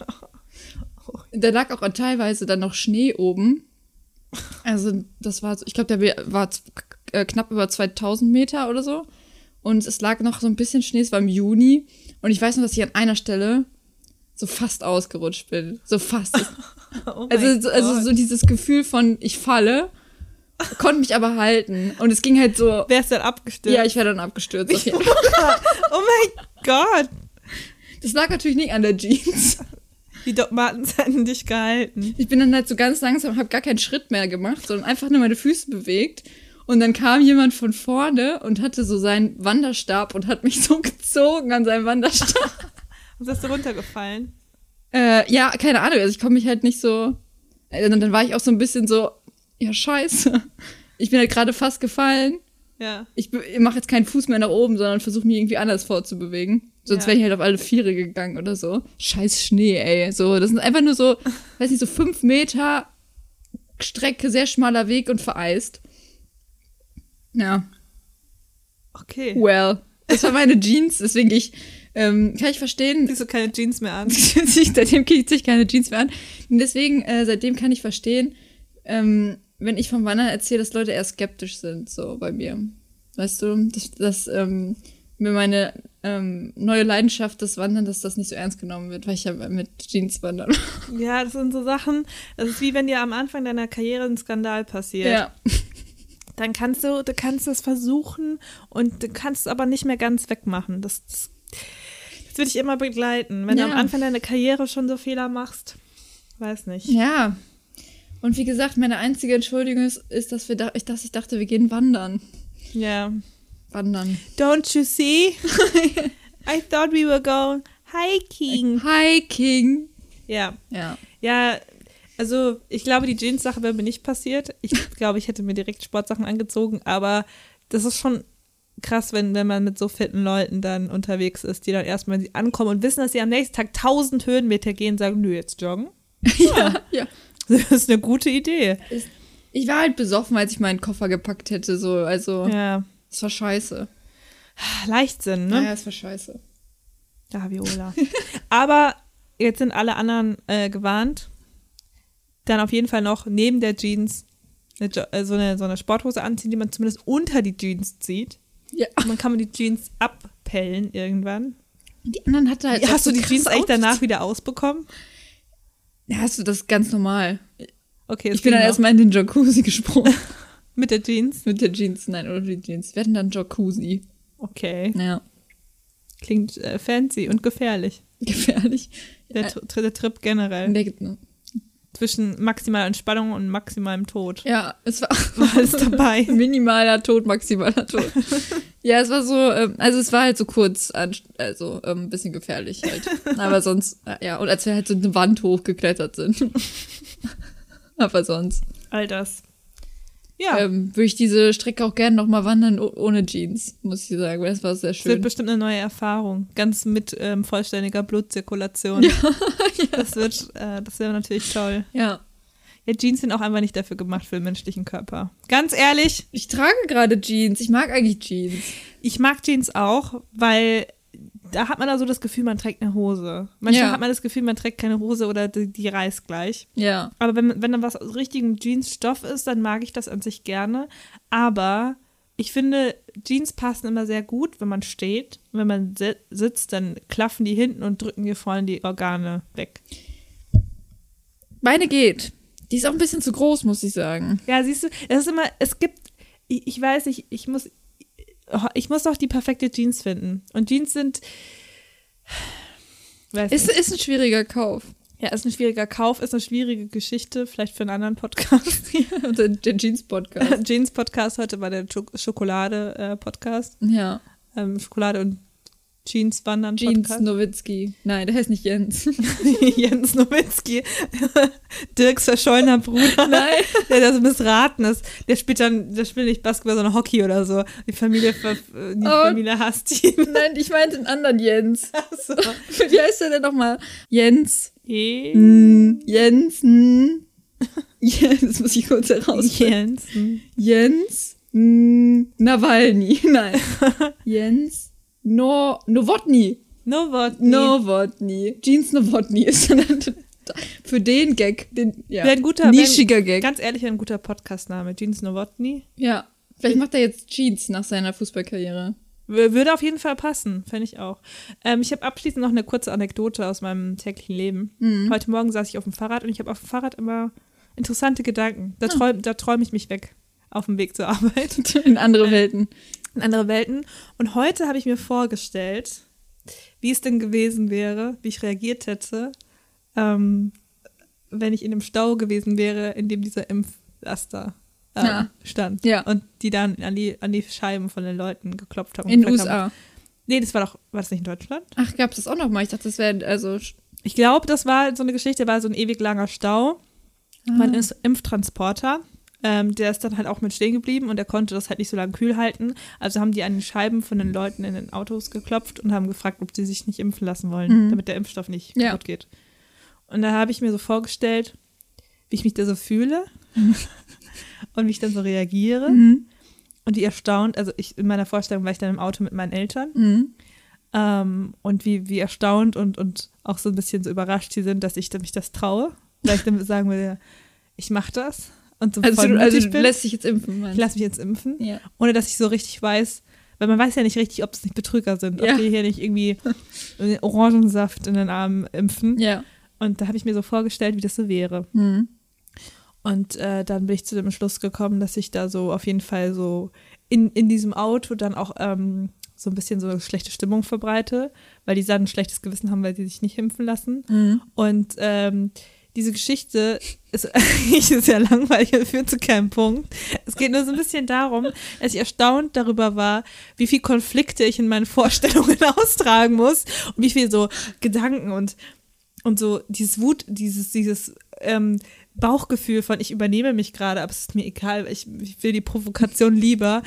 Da lag auch teilweise dann noch Schnee oben. Also das war, ich glaube, der war knapp über 2000 Meter oder so. Und es lag noch so ein bisschen Schnee, es war im Juni. Und ich weiß noch, dass ich an einer Stelle so fast ausgerutscht bin. So fast. Oh also so dieses Gefühl von, ich falle, konnte mich aber halten. Und es ging halt so. Wärst du dann abgestürzt? Ja, ich wäre dann abgestürzt. Auf jeden Fall. Oh mein Gott. Das lag natürlich nicht an der Jeans. Die Doc Martens hätten dich gehalten. Ich bin dann halt so ganz langsam, habe gar keinen Schritt mehr gemacht, sondern einfach nur meine Füße bewegt. Und dann kam jemand von vorne und hatte so seinen Wanderstab und hat mich so gezogen an seinem Wanderstab. Und bist du runtergefallen? Ja, keine Ahnung. Also ich komme mich halt nicht so. Und dann war ich auch so ein bisschen so, ja, scheiße. Ich bin halt gerade fast gefallen. Ja. Ich mache jetzt keinen Fuß mehr nach oben, sondern versuche mich irgendwie anders vorzubewegen. Sonst wäre ich halt auf alle Viere gegangen oder so. Scheiß Schnee, ey. So, das sind einfach nur so, weiß nicht, so 5 Meter Strecke, sehr schmaler Weg und vereist. Ja. Okay. Well. Das war meine Jeans, deswegen kann ich verstehen. Ziehst du keine Jeans mehr an? Seitdem ziehe ich keine Jeans mehr an. Und deswegen, seitdem kann ich verstehen, wenn ich vom Wandern erzähle, dass Leute eher skeptisch sind, so bei mir. Weißt du, dass mir meine neue Leidenschaft des Wandern, dass das nicht so ernst genommen wird, weil ich ja mit Jeans wandern. Ja, das sind so Sachen, das ist wie wenn dir am Anfang deiner Karriere ein Skandal passiert. Ja. Dann kannst du es versuchen und du kannst es aber nicht mehr ganz wegmachen. Das wird dich immer begleiten. Wenn du am Anfang deiner Karriere schon so Fehler machst, weiß nicht. Ja. Und wie gesagt, meine einzige Entschuldigung ist, dass ich dachte, wir gehen wandern. Ja. Wandern. Don't you see? I thought we were going hiking. Hiking. Ja. Ja. Ja, also ich glaube, die Jeans-Sache wäre mir nicht passiert. Ich glaube, ich hätte mir direkt Sportsachen angezogen, aber das ist schon krass, wenn man mit so fitten Leuten dann unterwegs ist, die dann erstmal, wenn sie ankommen und wissen, dass sie am nächsten Tag 1000 Höhenmeter gehen, sagen, nö, jetzt joggen. Ja. Das ist eine gute Idee. Ich war halt besoffen, als ich meinen Koffer gepackt hätte, so, also. Ja. Es war scheiße. Leichtsinn, ne? Ja, es war scheiße. Ja, Viola. Aber jetzt sind alle anderen gewarnt. Dann auf jeden Fall noch neben der Jeans so eine Sporthose anziehen, die man zumindest unter die Jeans zieht. Ja. Und dann kann man die Jeans abpellen irgendwann. Die anderen hatte halt. Hast du die Jeans eigentlich Outfits danach wieder ausbekommen? Ja, hast du das ganz normal. Okay, ich bin dann erstmal in den Jacuzzi gesprungen. Mit der Jeans? Mit der Jeans, nein, oder die Jeans. Wir hatten dann Jacuzzi. Okay. Ja. Klingt fancy und gefährlich. Gefährlich. Der Trip generell. Zwischen maximaler Entspannung und maximalem Tod. Ja, es war alles dabei. Minimaler Tod, maximaler Tod. Ja, es war so, also es war halt so kurz, also ein bisschen gefährlich halt. Aber sonst, ja, und als wir halt so eine Wand hochgeklettert sind. Aber sonst. All das. Ja. Würde ich diese Strecke auch gerne nochmal wandern ohne Jeans, muss ich sagen, weil das war sehr schön. Das wird bestimmt eine neue Erfahrung. Ganz mit vollständiger Blutzirkulation. Ja. Das wäre natürlich toll. Ja. Ja, Jeans sind auch einfach nicht dafür gemacht für den menschlichen Körper. Ganz ehrlich. Ich trage gerade Jeans. Ich mag eigentlich Jeans. Ich mag Jeans auch, weil da hat man da so das Gefühl, man trägt eine Hose. Manchmal hat man das Gefühl, man trägt keine Hose oder die reißt gleich. Ja. Aber wenn dann was aus richtigem Jeansstoff ist, dann mag ich das an sich gerne. Aber ich finde, Jeans passen immer sehr gut, wenn man steht. Und wenn man sitzt, dann klaffen die hinten und drücken dir vorne die Organe weg. Meine geht. Die ist auch ein bisschen zu groß, muss ich sagen. Ja, siehst du, ich weiß nicht, ich muss doch die perfekte Jeans finden. Und Jeans sind, ist ein schwieriger Kauf. Ja, ist ein schwieriger Kauf, ist eine schwierige Geschichte, vielleicht für einen anderen Podcast. Der Jeans-Podcast. Jeans-Podcast, heute war der Schokolade-Podcast. Ja. Schokolade und Jeans wandern Jeans Nowitzki. Nein, der heißt nicht Jens. Jens Nowitzki. Dirks verschollener Bruder. Nein. Der das missraten ist. Der spielt nicht Basketball, sondern Hockey oder so. Die Familie hasst ihn. Nein, ich meinte einen anderen Jens. Ach so. Wie heißt der denn nochmal? Jens. Jens. Das muss ich kurz herausfinden. Jens. Nawalny. Nein. Jens. Nowotny. Jeans Nowotny ist dann für den Gag, nischiger Gag. Ganz ehrlich, ein guter Podcast-Name. Jeans Nowotny. Ja, vielleicht macht er jetzt Jeans nach seiner Fußballkarriere. Würde auf jeden Fall passen, fände ich auch. Ich habe abschließend noch eine kurze Anekdote aus meinem täglichen Leben. Mhm. Heute Morgen saß ich auf dem Fahrrad und ich habe auf dem Fahrrad immer interessante Gedanken. Da träume ich mich weg auf dem Weg zur Arbeit. In andere Welten. Und heute habe ich mir vorgestellt, wie es denn gewesen wäre, wie ich reagiert hätte, wenn ich in dem Stau gewesen wäre, in dem dieser Impflaster stand. Ja. Und die dann an die Scheiben von den Leuten geklopft haben. In den USA. Nee, war das nicht in Deutschland? Ach, gab es das auch noch mal? Ich dachte, das wäre, also... Ich glaube, das war so eine Geschichte, war so ein ewig langer Stau. War ein Impftransporter. Der ist dann halt auch mit stehen geblieben und der konnte das halt nicht so lange kühl halten. Also haben die an die Scheiben von den Leuten in den Autos geklopft und haben gefragt, ob sie sich nicht impfen lassen wollen, damit der Impfstoff nicht kaputt geht. Und da habe ich mir so vorgestellt, wie ich mich da so fühle und wie ich dann so reagiere. und wie erstaunt, also in meiner Vorstellung war ich dann im Auto mit meinen Eltern und wie erstaunt und auch so ein bisschen so überrascht sie sind, dass ich mich das traue, weil ich dann sagen würde, ich mache das und so voll mutig du lässt dich jetzt impfen, ich lasse mich jetzt impfen, ja. ohne dass ich so richtig weiß, weil man weiß ja nicht richtig, ob es nicht Betrüger sind, ob die hier nicht irgendwie Orangensaft in den Arm impfen. Ja. Und da habe ich mir so vorgestellt, wie das so wäre. Und dann bin ich zu dem Entschluss gekommen, dass ich da so auf jeden Fall so in diesem Auto dann auch so ein bisschen so eine schlechte Stimmung verbreite, weil die dann ein schlechtes Gewissen haben, weil sie sich nicht impfen lassen. Und diese Geschichte ist eigentlich sehr langweilig und führt zu keinem Punkt. Es geht nur so ein bisschen darum, dass ich erstaunt darüber war, wie viel Konflikte ich in meinen Vorstellungen austragen muss und wie viel so Gedanken und so dieses Wut, dieses Bauchgefühl von ich übernehme mich gerade, aber es ist mir egal, ich will die Provokation lieber.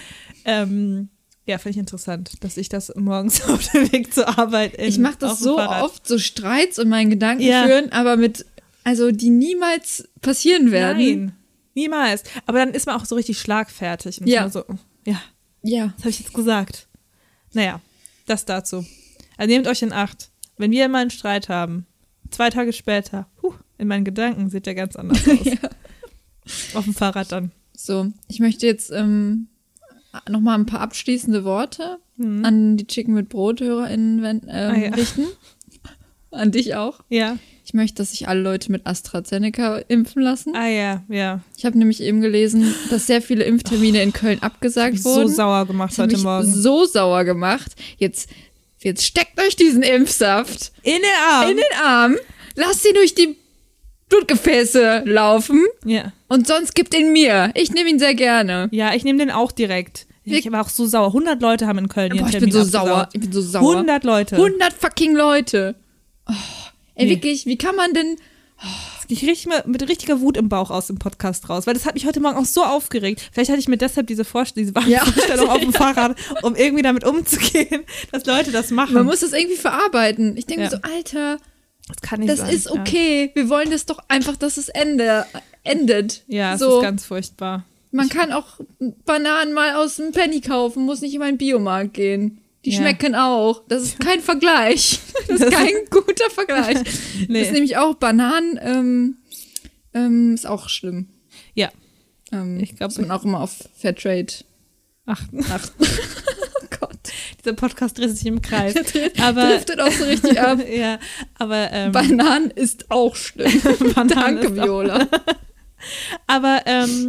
Ja, finde ich interessant, dass ich das morgens auf dem Weg zur Arbeit ich mache das so oft, so Streits in meinen Gedanken führen, aber die niemals passieren werden. Nein, niemals. Aber dann ist man auch so richtig schlagfertig. Und so, ja, das habe ich jetzt gesagt. Naja, das dazu. Also nehmt euch in Acht. Wenn wir mal einen Streit haben, 2 Tage später, in meinen Gedanken sieht der ganz anders aus. Auf dem Fahrrad dann. So, ich möchte jetzt noch mal ein paar abschließende Worte an die Chicken mit Brot-HörerInnen richten. An dich auch. Ja. Ich möchte, dass sich alle Leute mit AstraZeneca impfen lassen. Ja. Ich habe nämlich eben gelesen, dass sehr viele Impftermine in Köln abgesagt wurden. So sauer gemacht heute Morgen. So sauer gemacht. Jetzt steckt euch diesen Impfsaft in den Arm. Lasst ihn durch die Blutgefäße laufen. Ja. Und sonst gibt ihn mir. Ich nehme ihn sehr gerne. Ja, ich nehme den auch direkt. Ich war auch so sauer. 100 Leute haben in Köln ihren Termin abgesagt. Ich bin so sauer. 100 Leute. 100 fucking Leute. Oh, wirklich, wie kann man denn... Ich richtig mit richtiger Wut im Bauch aus dem Podcast raus, weil das hat mich heute Morgen auch so aufgeregt. Vielleicht hatte ich mir deshalb diese Vorstellung auf dem Fahrrad, um irgendwie damit umzugehen, dass Leute das machen. Man muss das irgendwie verarbeiten. Ich denke mir so, Alter, das kann nicht sein. Das ist okay. Wir wollen das doch einfach, dass es endet. Ja, es so. ist ganz furchtbar. Man kann auch Bananen mal aus dem Penny kaufen, muss nicht immer in den Biomarkt gehen. Die schmecken auch. Das ist kein Vergleich. Das ist kein guter Vergleich. Nee. Das ist nämlich auch Bananen, ist auch schlimm. Ja. Ich glaube, man auch immer auf Fairtrade achten. Oh Gott. Dieser Podcast dreht sich im Kreis. Driftet auch so richtig ab. Ja, aber Bananen ist auch schlimm. Danke, Viola. Aber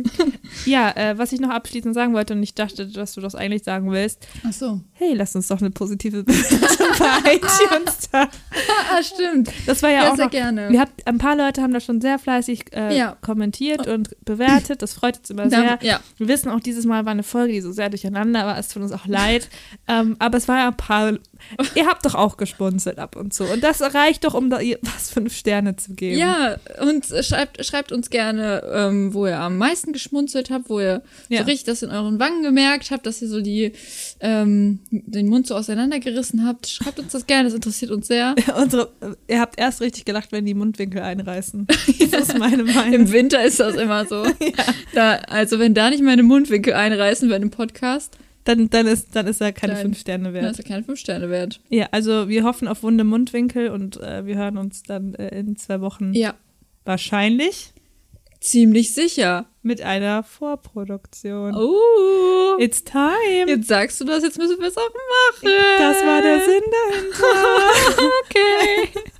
was ich noch abschließend sagen wollte und ich dachte, dass du das eigentlich sagen willst. Ach so. Hey, lass uns doch eine positive Bewertung bei iTunes da. Stimmt. Das war ja auch sehr noch, gerne. Ein paar Leute haben das schon sehr fleißig kommentiert und bewertet. Das freut uns immer sehr. Ja. Wir wissen auch, dieses Mal war eine Folge, die so sehr durcheinander war. Es tut uns auch leid. Aber es war ja ein paar. Ihr habt doch auch gespunzelt ab und zu. Und das reicht doch, um da was 5 Sterne zu geben. Ja, und schreibt uns gerne, wo ihr am meisten geschmunzelt habt, wo ihr so richtig das in euren Wangen gemerkt habt, dass ihr so den Mund so auseinandergerissen habt. Schreibt uns das gerne, das interessiert uns sehr. Ihr habt erst richtig gelacht, wenn die Mundwinkel einreißen. Das ist meine Meinung. Im Winter ist das immer so. Also wenn da nicht meine Mundwinkel einreißen bei einem Podcast, dann ist er keine 5 Sterne wert. Dann ist er keine 5 Sterne wert. Ja, also wir hoffen auf wunde Mundwinkel und wir hören uns dann in 2 Wochen. Ja. Wahrscheinlich. Ziemlich sicher. Mit einer Vorproduktion. Oh. It's time. Jetzt sagst du das, jetzt müssen wir es auch machen. Das war der Sinn dahinter. Okay.